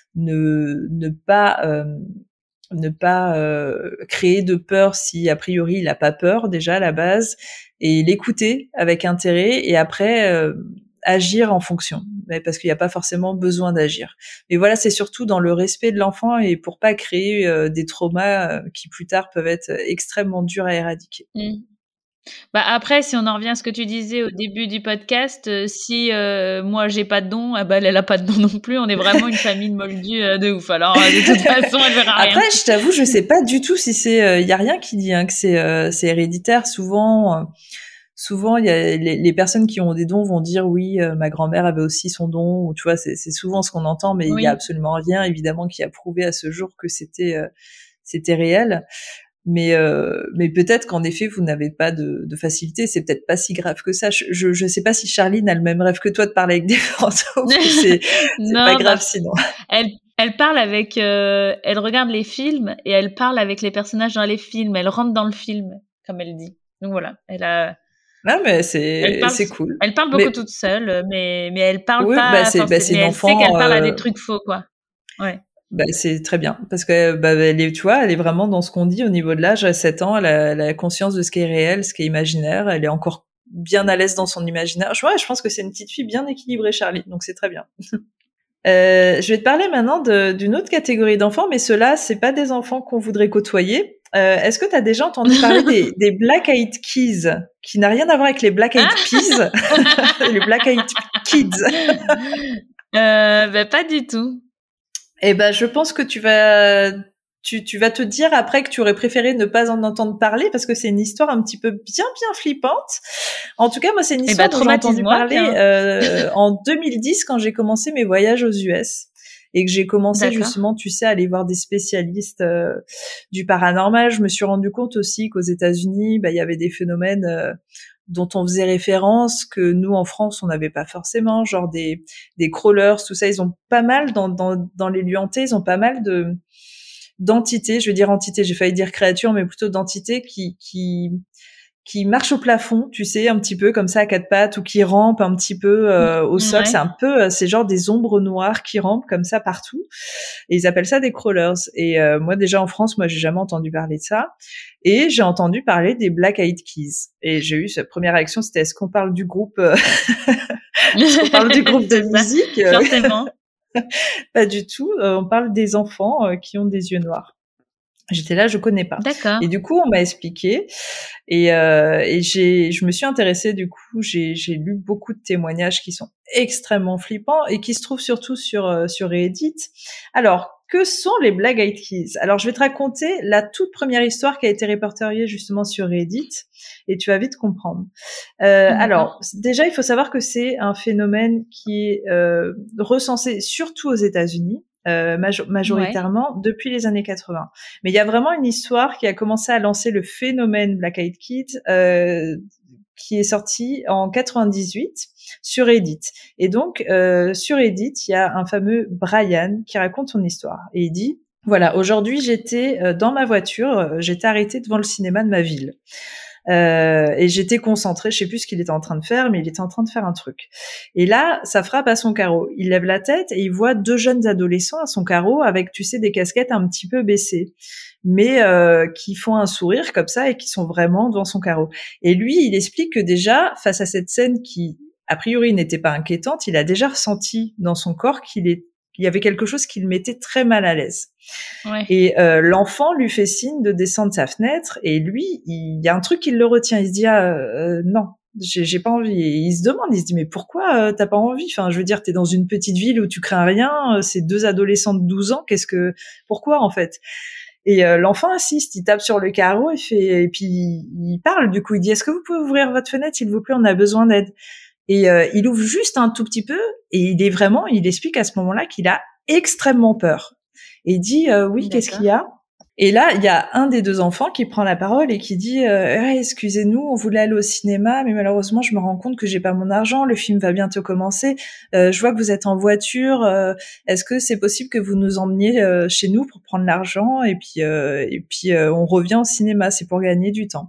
ne ne pas euh, ne pas euh, créer de peur si a priori il a pas peur déjà à la base, et l'écouter avec intérêt et après euh, agir en fonction, mais parce qu'il n'y a pas forcément besoin d'agir. Mais voilà, c'est surtout dans le respect de l'enfant et pour pas créer euh, des traumas euh, qui plus tard peuvent être extrêmement durs à éradiquer. Mmh. Bah après, si on en revient à ce que tu disais au début du podcast, euh, si euh, moi j'ai pas de don, ah bah, elle, elle a pas de don non plus. On est vraiment une famille de moldus euh, de ouf. Alors de toute façon, elle verra rien. Après, je t'avoue, je sais pas du tout si c'est. Il euh, y a rien qui dit hein, que c'est euh, c'est héréditaire. Souvent. Euh, Souvent, il y a les, les personnes qui ont des dons vont dire oui, euh, ma grand-mère avait aussi son don. Ou tu vois, c'est, c'est souvent ce qu'on entend, mais oui. Il y a absolument rien, évidemment, qui a prouvé à ce jour que c'était euh, c'était réel. Mais euh, mais peut-être qu'en effet, vous n'avez pas de, de facilité. C'est peut-être pas si grave que ça. Je je sais pas si Charline a le même rêve que toi de parler avec des fantômes. c'est c'est non, pas grave bah, sinon. Elle elle parle avec, euh, elle regarde les films et elle parle avec les personnages dans les films. Elle rentre dans le film, comme elle dit. Donc voilà, elle a. Non, mais c'est, parle, c'est cool. Elle parle beaucoup mais... toute seule, mais, mais elle parle oui, pas. Bah c'est, bah c'est mais une elle enfant, sait qu'elle parle euh... à des trucs faux, quoi. Ouais. Bah, c'est très bien. Parce que, bah, elle est, tu vois, elle est vraiment dans ce qu'on dit au niveau de l'âge. À sept ans, elle a, elle a conscience de ce qui est réel, ce qui est imaginaire. Elle est encore bien à l'aise dans son imaginaire. Je, ouais, je pense que c'est une petite fille bien équilibrée, Charlie. Donc, c'est très bien. euh, je vais te parler maintenant de, d'une autre catégorie d'enfants, mais ceux-là, c'est pas des enfants qu'on voudrait côtoyer. Euh, est-ce que tu as déjà entendu parler des, des Black Eyed Kids, qui n'a rien à voir avec les Black Eyed Peas, les Black Eyed Kids? euh, bah, pas du tout. Eh ben, je pense que tu vas, tu, tu vas te dire après que tu aurais préféré ne pas en entendre parler parce que c'est une histoire un petit peu bien, bien flippante. En tout cas, moi, c'est une histoire bah, dont j'ai entendu parler euh, en deux mille dix quand j'ai commencé mes voyages aux U S. Et que j'ai commencé D'accord. justement, tu sais, à aller voir des spécialistes euh, du paranormal. Je me suis rendu compte aussi qu'aux États-Unis, bah, il y avait des phénomènes euh, dont on faisait référence que nous en France on n'avait pas forcément, genre des des crawlers, tout ça. Ils ont pas mal dans dans dans les lieux hantés, ils ont pas mal de d'entités. Je veux dire entités, j'ai failli dire créatures, mais plutôt d'entités qui qui qui marche au plafond, tu sais, un petit peu comme ça à quatre pattes, ou qui rampe un petit peu euh, au sol. Ouais. C'est un peu, c'est genre des ombres noires qui rampent comme ça partout. Et ils appellent ça des crawlers. Et euh, moi déjà en France, moi j'ai jamais entendu parler de ça. Et j'ai entendu parler des Black Eyed Keys. Et j'ai eu cette première réaction, c'était est-ce qu'on parle du groupe, euh... est-ce qu'on parle du groupe de musique? Forcément. Pas du tout. Euh, on parle des enfants euh, qui ont des yeux noirs. J'étais là, je connais pas. D'accord. Et du coup, on m'a expliqué et, euh, et j'ai, je me suis intéressée. Du coup, j'ai, j'ai lu beaucoup de témoignages qui sont extrêmement flippants et qui se trouvent surtout sur euh, sur Reddit. Alors, que sont les Black Eyed Keys? Alors, je vais te raconter la toute première histoire qui a été répertoriée justement sur Reddit et tu vas vite comprendre. Euh, mmh. Alors, déjà, il faut savoir que c'est un phénomène qui est euh, recensé surtout aux États-Unis. Euh, major- majoritairement ouais. depuis les années quatre-vingts. Mais il y a vraiment une histoire qui a commencé à lancer le phénomène Black Eyed Kids euh, qui est sorti en quatre-vingt-dix-huit sur Reddit. Et donc, euh, sur Reddit, il y a un fameux Brian qui raconte son histoire. Et il dit, voilà, aujourd'hui, j'étais euh, dans ma voiture, euh, j'étais arrêté devant le cinéma de ma ville. Euh, et j'étais concentrée, je sais plus ce qu'il était en train de faire, mais il était en train de faire un truc. Et là, ça frappe à son carreau. Il lève la tête et il voit deux jeunes adolescents à son carreau avec, tu sais, des casquettes un petit peu baissées, mais euh, qui font un sourire comme ça et qui sont vraiment devant son carreau. Et lui, il explique que déjà, face à cette scène qui, a priori, n'était pas inquiétante, il a déjà ressenti dans son corps qu'il est il y avait quelque chose qui le mettait très mal à l'aise. Ouais. Et euh, l'enfant lui fait signe de descendre sa fenêtre et lui, il y a un truc qui le retient. Il se dit ah euh, non, j'ai, j'ai pas envie. Et il se demande, il se dit mais pourquoi euh, t'as pas envie? Enfin, je veux dire, t'es dans une petite ville où tu crains rien. C'est deux adolescents de douze ans. Qu'est-ce que, pourquoi en fait? Et euh, l'enfant insiste, il tape sur le carreau, et fait, et puis il parle. Du coup, il dit est-ce que vous pouvez ouvrir votre fenêtre, s'il vous plaît, on a besoin d'aide. Et euh, il ouvre juste un tout petit peu, et il est vraiment, il explique à ce moment-là qu'il a extrêmement peur. Et il dit euh, oui, D'accord. Qu'est-ce qu'il y a? Et là, il y a un des deux enfants qui prend la parole et qui dit euh, hey, excusez-nous, on voulait aller au cinéma, mais malheureusement, je me rends compte que j'ai pas mon argent. Le film va bientôt commencer. Euh, je vois que vous êtes en voiture. Euh, est-ce que c'est possible que vous nous emmeniez euh, chez nous pour prendre l'argent et puis euh, et puis euh, on revient au cinéma. C'est pour gagner du temps.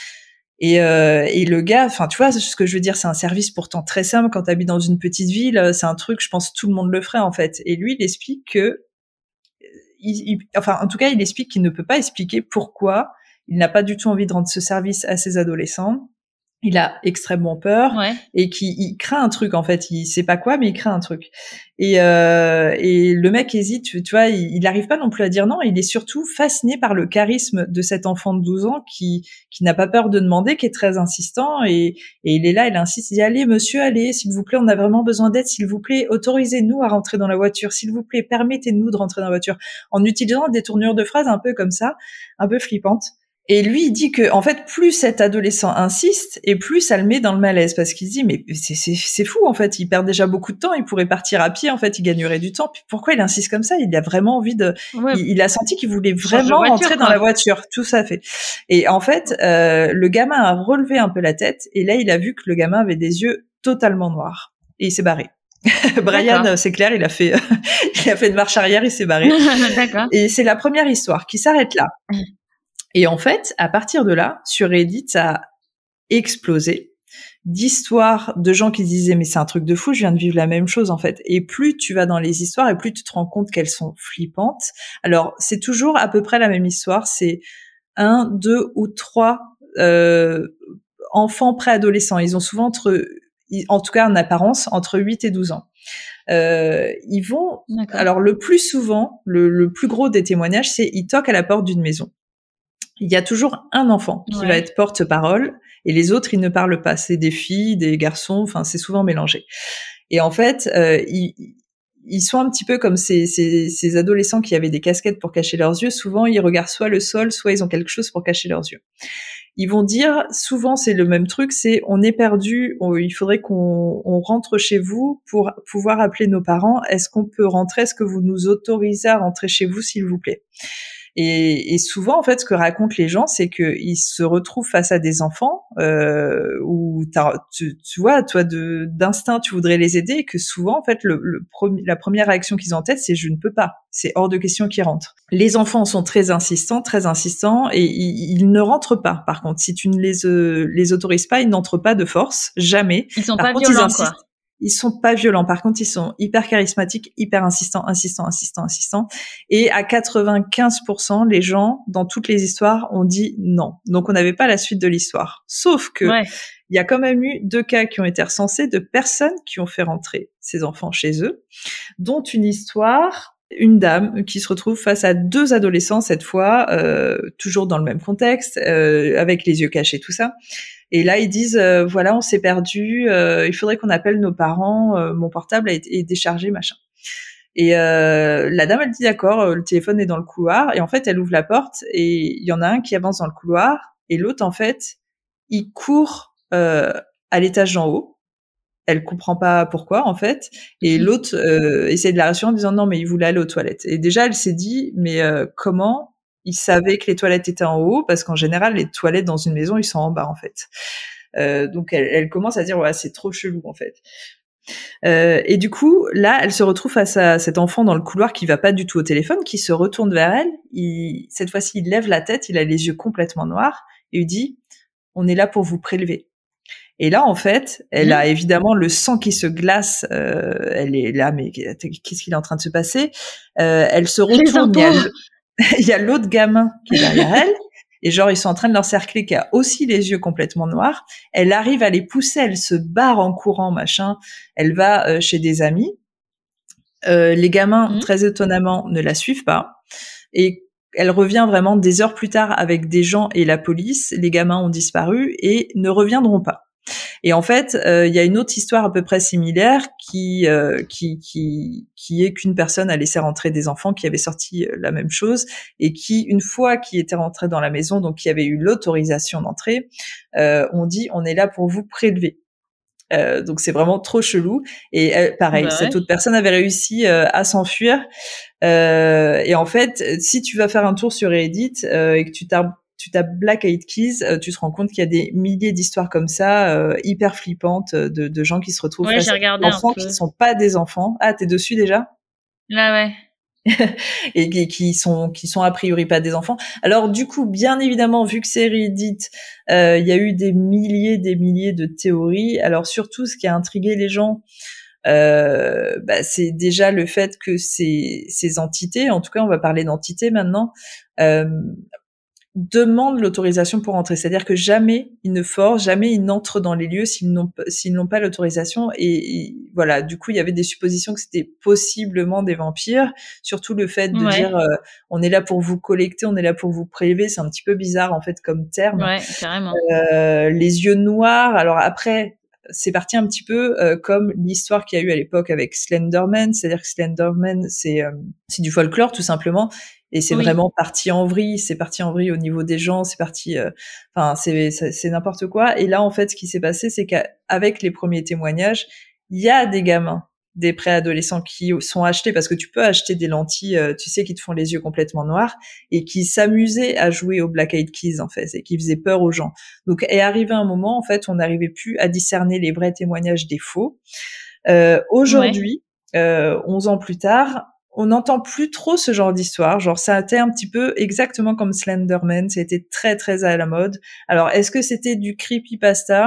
Et, euh, et le gars, enfin, tu vois, ce que je veux dire, c'est un service pourtant très simple. Quand t'habites dans une petite ville, c'est un truc, je pense, tout le monde le ferait en fait. Et lui, il explique que Il, il, enfin, en tout cas, il explique qu'il ne peut pas expliquer pourquoi il n'a pas du tout envie de rendre ce service à ses adolescents. Il a extrêmement peur ouais. et qu'il il craint un truc en fait. Il sait pas quoi, mais il craint un truc. Et, euh, et le mec hésite. Tu, tu vois, il n'arrive pas non plus à dire non. Il est surtout fasciné par le charisme de cet enfant de douze ans qui qui n'a pas peur de demander, qui est très insistant. Et, et il est là, il insiste. Il dit allez, monsieur, allez, s'il vous plaît, on a vraiment besoin d'aide. S'il vous plaît, autorisez-nous à rentrer dans la voiture. S'il vous plaît, permettez-nous de rentrer dans la voiture. En utilisant des tournures de phrases un peu comme ça, un peu flippantes. Et lui, il dit que, en fait, plus cet adolescent insiste, et plus ça le met dans le malaise, parce qu'il se dit, mais c'est, c'est, c'est fou, en fait, il perd déjà beaucoup de temps, il pourrait partir à pied, en fait, il gagnerait du temps. Puis pourquoi il insiste comme ça? Il a vraiment envie de, ouais. il, il a senti qu'il voulait vraiment voiture, rentrer quoi. Dans la voiture, tout ça fait. Et en fait, euh, le gamin a relevé un peu la tête, et là, il a vu que le gamin avait des yeux totalement noirs. Et il s'est barré. Brian, D'accord. c'est clair, il a fait, il a fait une marche arrière, il s'est barré. D'accord. Et c'est la première histoire qui s'arrête là. Et en fait, à partir de là, sur Reddit, ça a explosé d'histoires de gens qui disaient mais c'est un truc de fou, je viens de vivre la même chose en fait. Et plus tu vas dans les histoires et plus tu te rends compte qu'elles sont flippantes. Alors, c'est toujours à peu près la même histoire, c'est un, deux ou trois euh, enfants préadolescents. Ils ont souvent entre, en tout cas en apparence, entre huit et douze ans. Euh, ils vont, D'accord. alors le plus souvent, le, le plus gros des témoignages, c'est ils toquent à la porte d'une maison. Il y a toujours un enfant qui ouais. va être porte-parole et les autres, ils ne parlent pas. C'est des filles, des garçons, enfin, c'est souvent mélangé. Et en fait, euh, ils, ils sont un petit peu comme ces, ces, ces adolescents qui avaient des casquettes pour cacher leurs yeux. Souvent, ils regardent soit le sol, soit ils ont quelque chose pour cacher leurs yeux. Ils vont dire, souvent, c'est le même truc, c'est on est perdu, on, il faudrait qu'on on rentre chez vous pour pouvoir appeler nos parents. Est-ce qu'on peut rentrer? Est-ce que vous nous autorisez à rentrer chez vous, s'il vous plaît? Et, et souvent, en fait, ce que racontent les gens, c'est qu'ils se retrouvent face à des enfants euh, où tu, tu vois, toi, de, d'instinct, tu voudrais les aider, et que souvent, en fait, le, le premier, la première réaction qu'ils ont en tête, c'est « je ne peux pas ». C'est hors de question qu'ils rentrent. Les enfants sont très insistants, très insistants, et ils, ils ne rentrent pas. Par contre, si tu ne les euh, les autorises pas, ils n'entrent pas de force, jamais. Ils sont Par pas contre, violents, ils insistent. quoi. Ils sont pas violents. Par contre, ils sont hyper charismatiques, hyper insistants, insistants, insistants, insistants. Et à quatre-vingt-quinze pour cent, les gens, dans toutes les histoires, ont dit non. Donc, on n'avait pas la suite de l'histoire. Sauf que, ouais. il y a quand même eu deux cas qui ont été recensés de personnes qui ont fait rentrer ces enfants chez eux, dont une histoire, une dame qui se retrouve face à deux adolescents, cette fois, euh, toujours dans le même contexte, euh, avec les yeux cachés, tout ça. Et là, ils disent, euh, voilà, on s'est perdu, euh, il faudrait qu'on appelle nos parents, euh, mon portable a été est déchargé, machin. Et euh, la dame, elle dit d'accord, le téléphone est dans le couloir, et en fait, elle ouvre la porte, et il y en a un qui avance dans le couloir, et l'autre, en fait, il court euh, à l'étage d'en haut. Elle comprend pas pourquoi, en fait, et mmh. l'autre euh, essaie de la rassurer en disant non, mais il voulait aller aux toilettes. Et déjà, elle s'est dit, mais euh, comment il savait que les toilettes étaient en haut, parce qu'en général, les toilettes dans une maison, ils sont en bas, en fait. Euh, donc, elle, elle commence à dire, ouais, c'est trop chelou, en fait. Euh, et du coup, là, elle se retrouve face à cet enfant dans le couloir qui va pas du tout au téléphone, qui se retourne vers elle. Il, cette fois-ci, il lève la tête, il a les yeux complètement noirs, et il dit, on est là pour vous prélever. Et là, en fait, elle mmh. a évidemment le sang qui se glace. Euh, elle est là, mais qu'est-ce qu'il est en train de se passer? euh, Elle se retourne. Il y, a le, il y a l'autre gamin qui est derrière elle. Et genre, ils sont en train de l'encercler, qui a aussi les yeux complètement noirs. Elle arrive à les pousser, elle se barre en courant, machin. Elle va euh, chez des amis. Euh, les gamins, mmh. très étonnamment, ne la suivent pas. Et elle revient vraiment des heures plus tard avec des gens et la police. Les gamins ont disparu et ne reviendront pas. Et en fait, il euh, y a une autre histoire à peu près similaire qui euh, qui qui qui est qu'une personne a laissé rentrer des enfants qui avaient sorti la même chose et qui, une fois qu'ils étaient rentrés dans la maison, donc qui avaient eu l'autorisation d'entrer, euh, on dit on est là pour vous prélever. Euh, donc c'est vraiment trop chelou. Et euh, pareil, bah ouais. Cette autre personne avait réussi euh, à s'enfuir. Euh, et en fait, si tu vas faire un tour sur Reddit euh, et que tu tapes tu tapes Black Eyed Keys, euh, tu te rends compte qu'il y a des milliers d'histoires comme ça, euh, hyper flippantes, de, de gens qui se retrouvent ouais, face à des enfants qui sont pas des enfants. Ah, t'es dessus déjà ? Là, ouais. et qui, qui sont qui sont a priori pas des enfants. Alors du coup, bien évidemment, vu que c'est Reddit, euh, il y a eu des milliers, des milliers de théories. Alors surtout, ce qui a intrigué les gens, euh, bah, c'est déjà le fait que ces ces entités, en tout cas, on va parler d'entités maintenant, euh, demandent l'autorisation pour entrer. C'est-à-dire que jamais ils ne forcent, jamais ils n'entrent dans les lieux s'ils n'ont s'ils n'ont pas l'autorisation. Et, et voilà, du coup, il y avait des suppositions que c'était possiblement des vampires. Surtout le fait de ouais. dire euh, on est là pour vous collecter, on est là pour vous prélever, c'est un petit peu bizarre en fait comme terme. Ouais, carrément. Euh, les yeux noirs. Alors après, c'est parti un petit peu euh, comme l'histoire qu'il y a eu à l'époque avec Slenderman. C'est-à-dire que Slenderman, c'est euh, c'est du folklore tout simplement. Et c'est oui. vraiment parti en vrille, c'est parti en vrille au niveau des gens, c'est parti, enfin, euh, c'est, c'est, c'est n'importe quoi. Et là, en fait, ce qui s'est passé, c'est qu'avec les premiers témoignages, il y a des gamins, des préadolescents qui sont achetés, parce que tu peux acheter des lentilles, euh, tu sais, qui te font les yeux complètement noirs, et qui s'amusaient à jouer au Black Eyed Keys, en fait, et qui faisaient peur aux gens. Donc, est arrivé un moment, en fait, on n'arrivait plus à discerner les vrais témoignages des faux. Euh, aujourd'hui, ouais. euh, onze ans plus tard, on n'entend plus trop ce genre d'histoire. Genre, ça a été un petit peu exactement comme Slenderman. Ça a été très, très à la mode. Alors, est-ce que c'était du creepypasta ?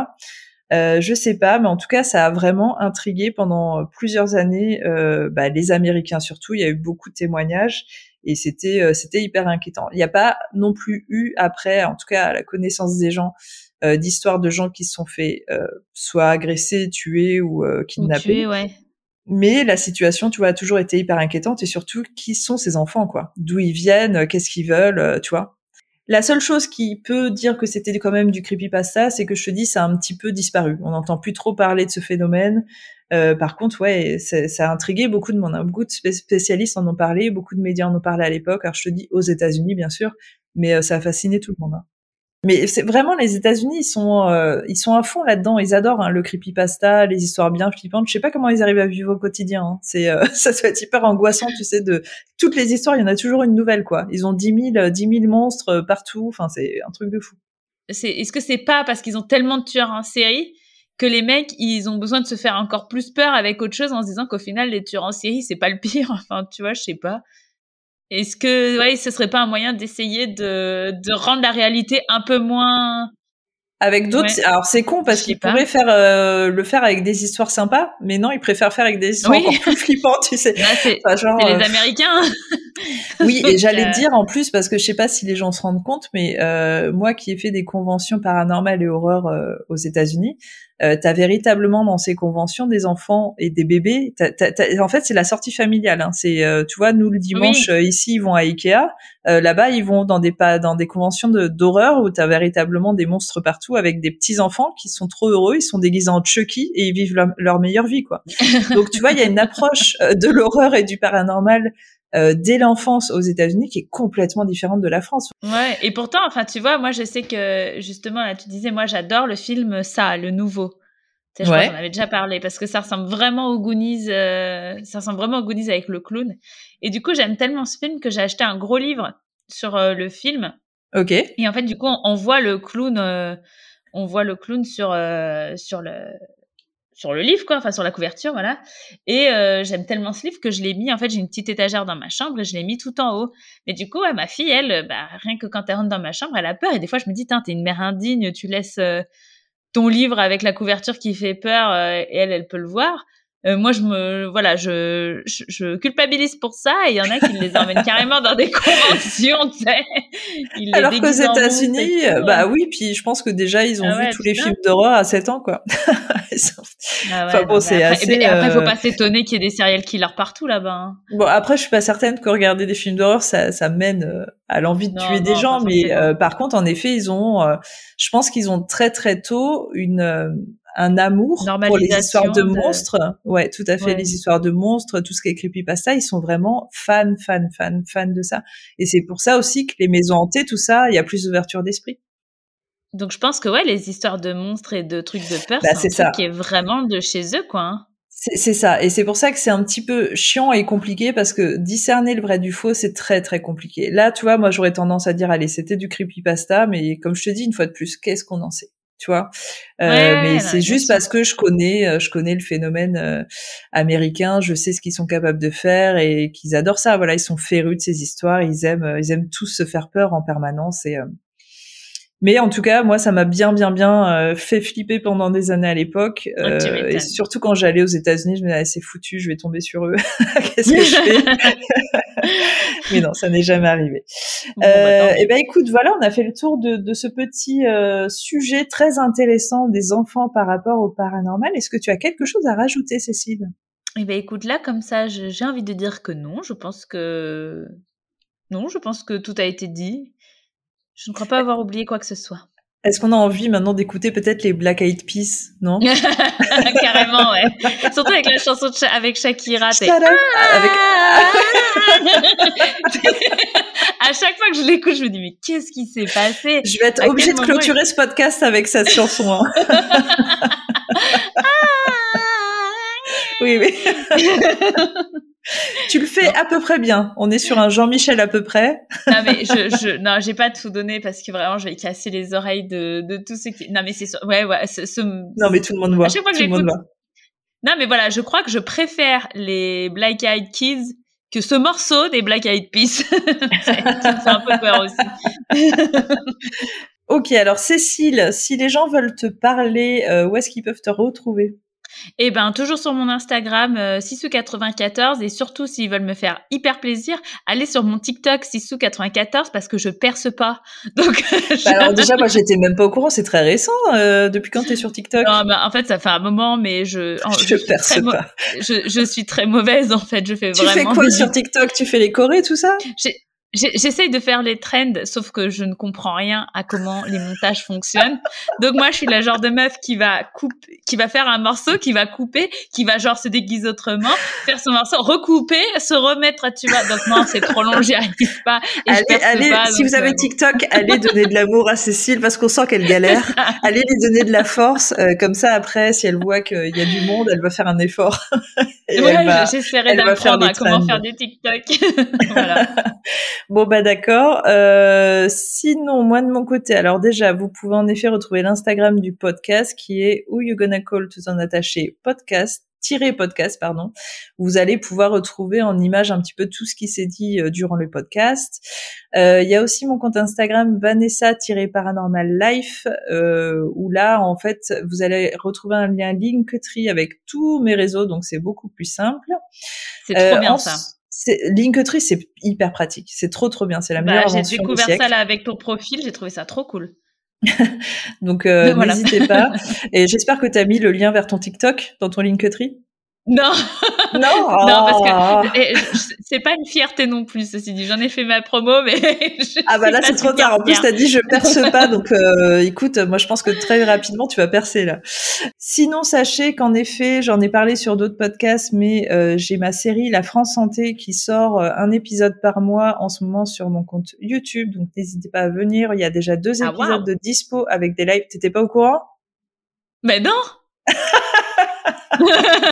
Euh, je sais pas, mais en tout cas, ça a vraiment intrigué pendant plusieurs années euh, bah, les Américains surtout. Il y a eu beaucoup de témoignages et c'était, euh, c'était hyper inquiétant. Il n'y a pas non plus eu après, en tout cas à la connaissance des gens, euh, d'histoires de gens qui se sont fait euh, soit agresser, tuer ou euh, kidnapper. Ou tuer, ouais. Mais la situation, tu vois, a toujours été hyper inquiétante et surtout, qui sont ces enfants, quoi ? D'où ils viennent ? Qu'est-ce qu'ils veulent ? Tu vois ? La seule chose qui peut dire que c'était quand même du creepypasta, c'est que je te dis, ça a un petit peu disparu. On n'entend plus trop parler de ce phénomène. Euh, par contre, ouais, ça a intrigué beaucoup de monde. Hein. Beaucoup de spécialistes en ont parlé, beaucoup de médias en ont parlé à l'époque. Alors, je te dis aux États-Unis, bien sûr, mais euh, ça a fasciné tout le monde. Hein. Mais c'est vraiment les États-Unis, ils sont euh, ils sont à fond là-dedans, ils adorent hein, le creepypasta, les histoires bien flippantes. Je sais pas comment ils arrivent à vivre au quotidien. Hein. C'est euh, ça doit être hyper angoissant, tu sais, de toutes les histoires, il y en a toujours une nouvelle quoi. Ils ont dix mille monstres partout, enfin c'est un truc de fou. C'est est-ce que c'est pas parce qu'ils ont tellement de tueurs en série que les mecs, ils ont besoin de se faire encore plus peur avec autre chose en se disant qu'au final les tueurs en série, c'est pas le pire. Enfin, tu vois, je sais pas. Est-ce que, ouais, ce serait pas un moyen d'essayer de, de rendre la réalité un peu moins... Avec d'autres, ouais. Alors c'est con parce qu'ils pourraient faire euh, le faire avec des histoires sympas, mais non, ils préfèrent faire avec des histoires oui. encore plus flippantes, tu sais. Là, c'est, enfin, genre, c'est euh... les Américains. Oui, et j'allais te dire en plus parce que je sais pas si les gens se rendent compte, mais euh, moi qui ai fait des conventions paranormales et horreur euh, aux États-Unis, euh, t'as véritablement dans ces conventions des enfants et des bébés. T'as, t'as, t'as, en fait, c'est la sortie familiale. Hein. C'est, euh, tu vois, nous le dimanche oui. euh, ici, ils vont à Ikea. Euh, là-bas, ils vont dans des pas dans des conventions de, d'horreur où t'as véritablement des monstres partout avec des petits enfants qui sont trop heureux. Ils sont déguisés en Chucky et ils vivent leur, leur meilleure vie, quoi. Donc, tu vois, il y a une approche euh, de l'horreur et du paranormal. Euh, dès l'enfance aux États-Unis qui est complètement différente de la France. Ouais, et pourtant, enfin, tu vois, moi, je sais que, justement, là, tu disais, moi, j'adore le film Ça, le nouveau. Tu sais, je ouais. crois que j'en avais déjà parlé, parce que ça ressemble vraiment aux Goonies, euh, ça ressemble vraiment aux Goonies avec le clown. Et du coup, j'aime tellement ce film que j'ai acheté un gros livre sur euh, le film. Ok. Et en fait, du coup, on, on voit le clown, euh, on voit le clown sur, euh, sur le... sur le livre, quoi, enfin sur la couverture, voilà. Et euh, j'aime tellement ce livre que je l'ai mis, en fait, j'ai une petite étagère dans ma chambre et je l'ai mis tout en haut. Mais du coup, ouais, ma fille, elle, bah, rien que quand elle rentre dans ma chambre, elle a peur. Et des fois, je me dis, t'es une mère indigne, tu laisses euh, ton livre avec la couverture qui fait peur euh, et elle, elle peut le voir. Euh, moi, je me, voilà, je, je, je culpabilise pour ça. Et il y en a qui les emmènent carrément dans des conventions, tu sais. Ils Alors qu'aux États-Unis, bah oui, puis je pense que déjà, ils ont ah vu ouais, tous les films d'horreur à sept ans, quoi. Ah ouais, enfin bon, non, c'est après, assez. Et après, faut euh... pas s'étonner qu'il y ait des serial killers partout là-bas. Hein. Bon, après, je suis pas certaine que regarder des films d'horreur, ça, ça mène euh, à l'envie de Non, tuer des non, gens. pas Mais forcément. euh, par contre, en effet, ils ont, euh, je pense qu'ils ont très très tôt une euh, un amour pour les histoires de Normalisation de... monstres. Ouais, tout à fait, Ouais. les histoires de monstres, tout ce qui est creepypasta, ils sont vraiment fans, fans, fans, fans de ça. Et c'est pour ça aussi que les maisons hantées, tout ça, il y a plus d'ouverture d'esprit. Donc je pense que ouais, les histoires de monstres et de trucs de peur, Bah, c'est un c'est truc ça. qui est vraiment de chez eux, quoi. Hein. C'est, c'est ça. Et c'est pour ça que c'est un petit peu chiant et compliqué parce que discerner le vrai du faux, c'est très, très compliqué. Là, tu vois, moi, j'aurais tendance à dire, allez, c'était du creepypasta, mais comme je te dis, une fois de plus, qu'est-ce qu'on en sait? Tu vois? Euh, Ouais, mais ouais, c'est non, juste bien parce sûr. que je connais, euh, je connais le phénomène euh, américain, je sais ce qu'ils sont capables de faire et qu'ils adorent ça. Voilà, ils sont férus de ces histoires, ils aiment, euh, ils aiment tous se faire peur en permanence et, euh, mais en tout cas, moi, ça m'a bien, bien, bien euh, fait flipper pendant des années à l'époque. Ah, tu Euh, et m'étonnes. surtout quand j'allais aux États-Unis, je me disais, ah, c'est foutu, je vais tomber sur eux. Qu'est-ce que je fais? Mais non, ça n'est jamais arrivé. Bon, bah, Euh, tant et mieux. ben, écoute, voilà, on a fait le tour de, de ce petit euh, sujet très intéressant des enfants par rapport au paranormal. Est-ce que tu as quelque chose à rajouter, Cécile? Eh ben écoute, là, comme ça, je- j'ai envie de dire que non. Je pense que non, je pense que tout a été dit. Je ne crois pas avoir oublié quoi que ce soit. Est-ce qu'on a envie maintenant d'écouter peut-être les Black Eyed Peas, non? Carrément, ouais. Surtout avec la chanson de Sha- avec Shakira, t'es Shut up! Avec... à chaque fois que je l'écoute, je me dis mais qu'est-ce qui s'est passé? Je vais être À quel obligée de moment clôturer ce podcast avec cette chanson. Hein. Oui, oui. Tu le fais Non. à peu près bien. On est sur un Jean-Michel à peu près. Non mais je, je non j'ai pas tout donné parce que vraiment je vais casser les oreilles de de tous ceux qui non mais c'est sûr. Ouais ouais ce, ce... Non, mais tout le monde à voit. chaque fois que Tout le monde j'écoute voit. non mais voilà je crois que je préfère les Black Eyed Kids que ce morceau des Black Eyed Peas qui me fait un peu peur aussi. Ok, alors Cécile, si les gens veulent te parler, euh, où est-ce qu'ils peuvent te retrouver? Eh ben, toujours sur mon Instagram, euh, Sissou quatre-vingt-quatorze, et surtout, s'ils veulent me faire hyper plaisir, allez sur mon TikTok, Sissou quatre-vingt-quatorze, parce que je perce pas. Donc, je... Bah alors déjà, moi, j'étais même pas au courant, c'est très récent, euh, depuis quand t'es sur TikTok? Non, bah, en fait, ça fait un moment, mais je, oh, Je, je, suis perce très pas. je, je suis très mauvaise, en fait, je fais Tu vraiment fais quoi des... sur TikTok? Tu fais les chorés, tout ça? J'ai... J'essaye de faire les trends, sauf que je ne comprends rien à comment les montages fonctionnent. Donc moi, je suis la genre de meuf qui va couper, qui va faire un morceau, qui va couper, qui va genre se déguiser autrement, faire son morceau, recouper, se remettre, tu vois. Donc non, c'est trop long, j'y arrive pas. Et allez, je perce allez, pas, si donc, vous avez euh, TikTok, allez donner de l'amour à Cécile parce qu'on sent qu'elle galère. Allez lui donner de la force, euh, comme ça après, si elle voit qu'il y a du monde, elle va faire un effort. Et ouais, elle va, j'essaierai elle va faire d'apprendre les à comment trends. faire des TikTok. Voilà. Bon bah d'accord. Euh, sinon, moi de mon côté, alors déjà, vous pouvez en effet retrouver l'Instagram du podcast qui est Who You Gonna Call tout en attaché podcast tiré podcast pardon. Vous allez pouvoir retrouver en image un petit peu tout ce qui s'est dit euh, durant le podcast. Il euh, y a aussi mon compte Instagram Vanessa-Paranormal Life euh, où là en fait vous allez retrouver un lien Linktree avec tous mes réseaux, donc c'est beaucoup plus simple. C'est trop Euh, bien en... ça. C'est, Linktree, c'est hyper pratique. C'est trop, trop bien. C'est la Bah, meilleure j'ai invention du découvert siècle. ça là avec ton profil, j'ai trouvé ça trop cool. Donc, euh, Voilà. n'hésitez pas. Et j'espère que tu as mis le lien vers ton TikTok dans ton Linktree. Non, non, non, parce oh. que et, c'est pas une fierté non plus, ceci dit. J'en ai fait ma promo, mais je ah bah là suis c'est pas trop tard. En plus fière. t'as dit je perce pas, donc euh, écoute, moi je pense que très rapidement tu vas percer là. Sinon sachez qu'en effet, j'en ai parlé sur d'autres podcasts, mais euh, j'ai ma série La France Santé qui sort euh, un épisode par mois en ce moment sur mon compte YouTube, donc n'hésitez pas à venir. Il y a déjà deux Ah, épisodes wow. de dispo avec des lives. T'étais pas au courant? Mais non. je,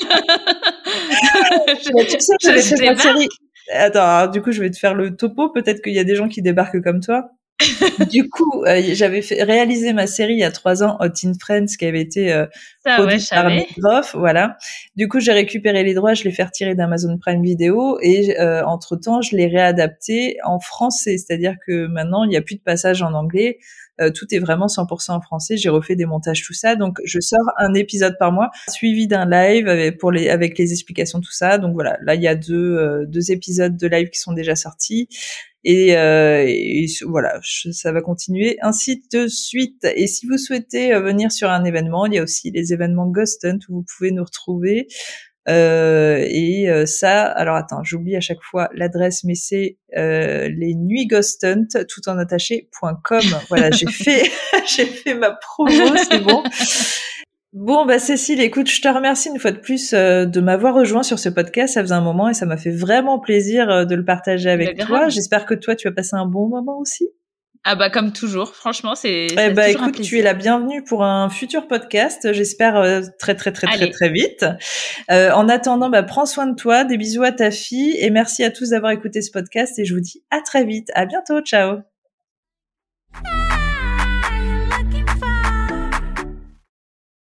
bah, tu sais, j'avais fait ma série. Attends, alors, du coup, je vais te faire le topo. Peut-être qu'il y a des gens qui débarquent comme toi. Du coup, euh, j'avais fait, réalisé ma série il y a trois ans, Hot in Friends, qui avait été euh, Ça, produite ouais, par Midroff, voilà. Du coup, j'ai récupéré les droits, je l'ai fait retirer d'Amazon Prime Video et euh, entre-temps, je l'ai réadapté en français. C'est-à-dire que maintenant, il n'y a plus de passage en anglais. Euh, tout est vraiment cent pour cent en français. J'ai refait des montages, tout ça. Donc, je sors un épisode par mois, suivi d'un live avec, pour les, avec les explications, tout ça. Donc voilà, là, il y a deux, euh, deux épisodes de live qui sont déjà sortis. Et, euh, et voilà, je, ça va continuer ainsi de suite. Et si vous souhaitez euh, venir sur un événement, il y a aussi les événements Ghost Hunt où vous pouvez nous retrouver. Euh, et euh, ça, alors attends, j'oublie à chaque fois l'adresse, mais c'est euh, les nuits Ghost Hunt tout en attaché point com. Voilà, j'ai fait, j'ai fait ma promo, c'est bon. Bon, bah Cécile, écoute, je te remercie une fois de plus euh, de m'avoir rejoint sur ce podcast. Ça faisait un moment et ça m'a fait vraiment plaisir euh, de le partager avec Bah, toi. grave. J'espère que toi, tu as passé un bon moment aussi. Ah bah comme toujours, franchement, c'est Eh c'est bah toujours un écoute, tu es plaisir. la bienvenue pour un futur podcast. J'espère euh, très très très très Allez. très vite. Euh, en attendant, bah prends soin de toi, des bisous à ta fille et merci à tous d'avoir écouté ce podcast et je vous dis à très vite. À bientôt, ciao.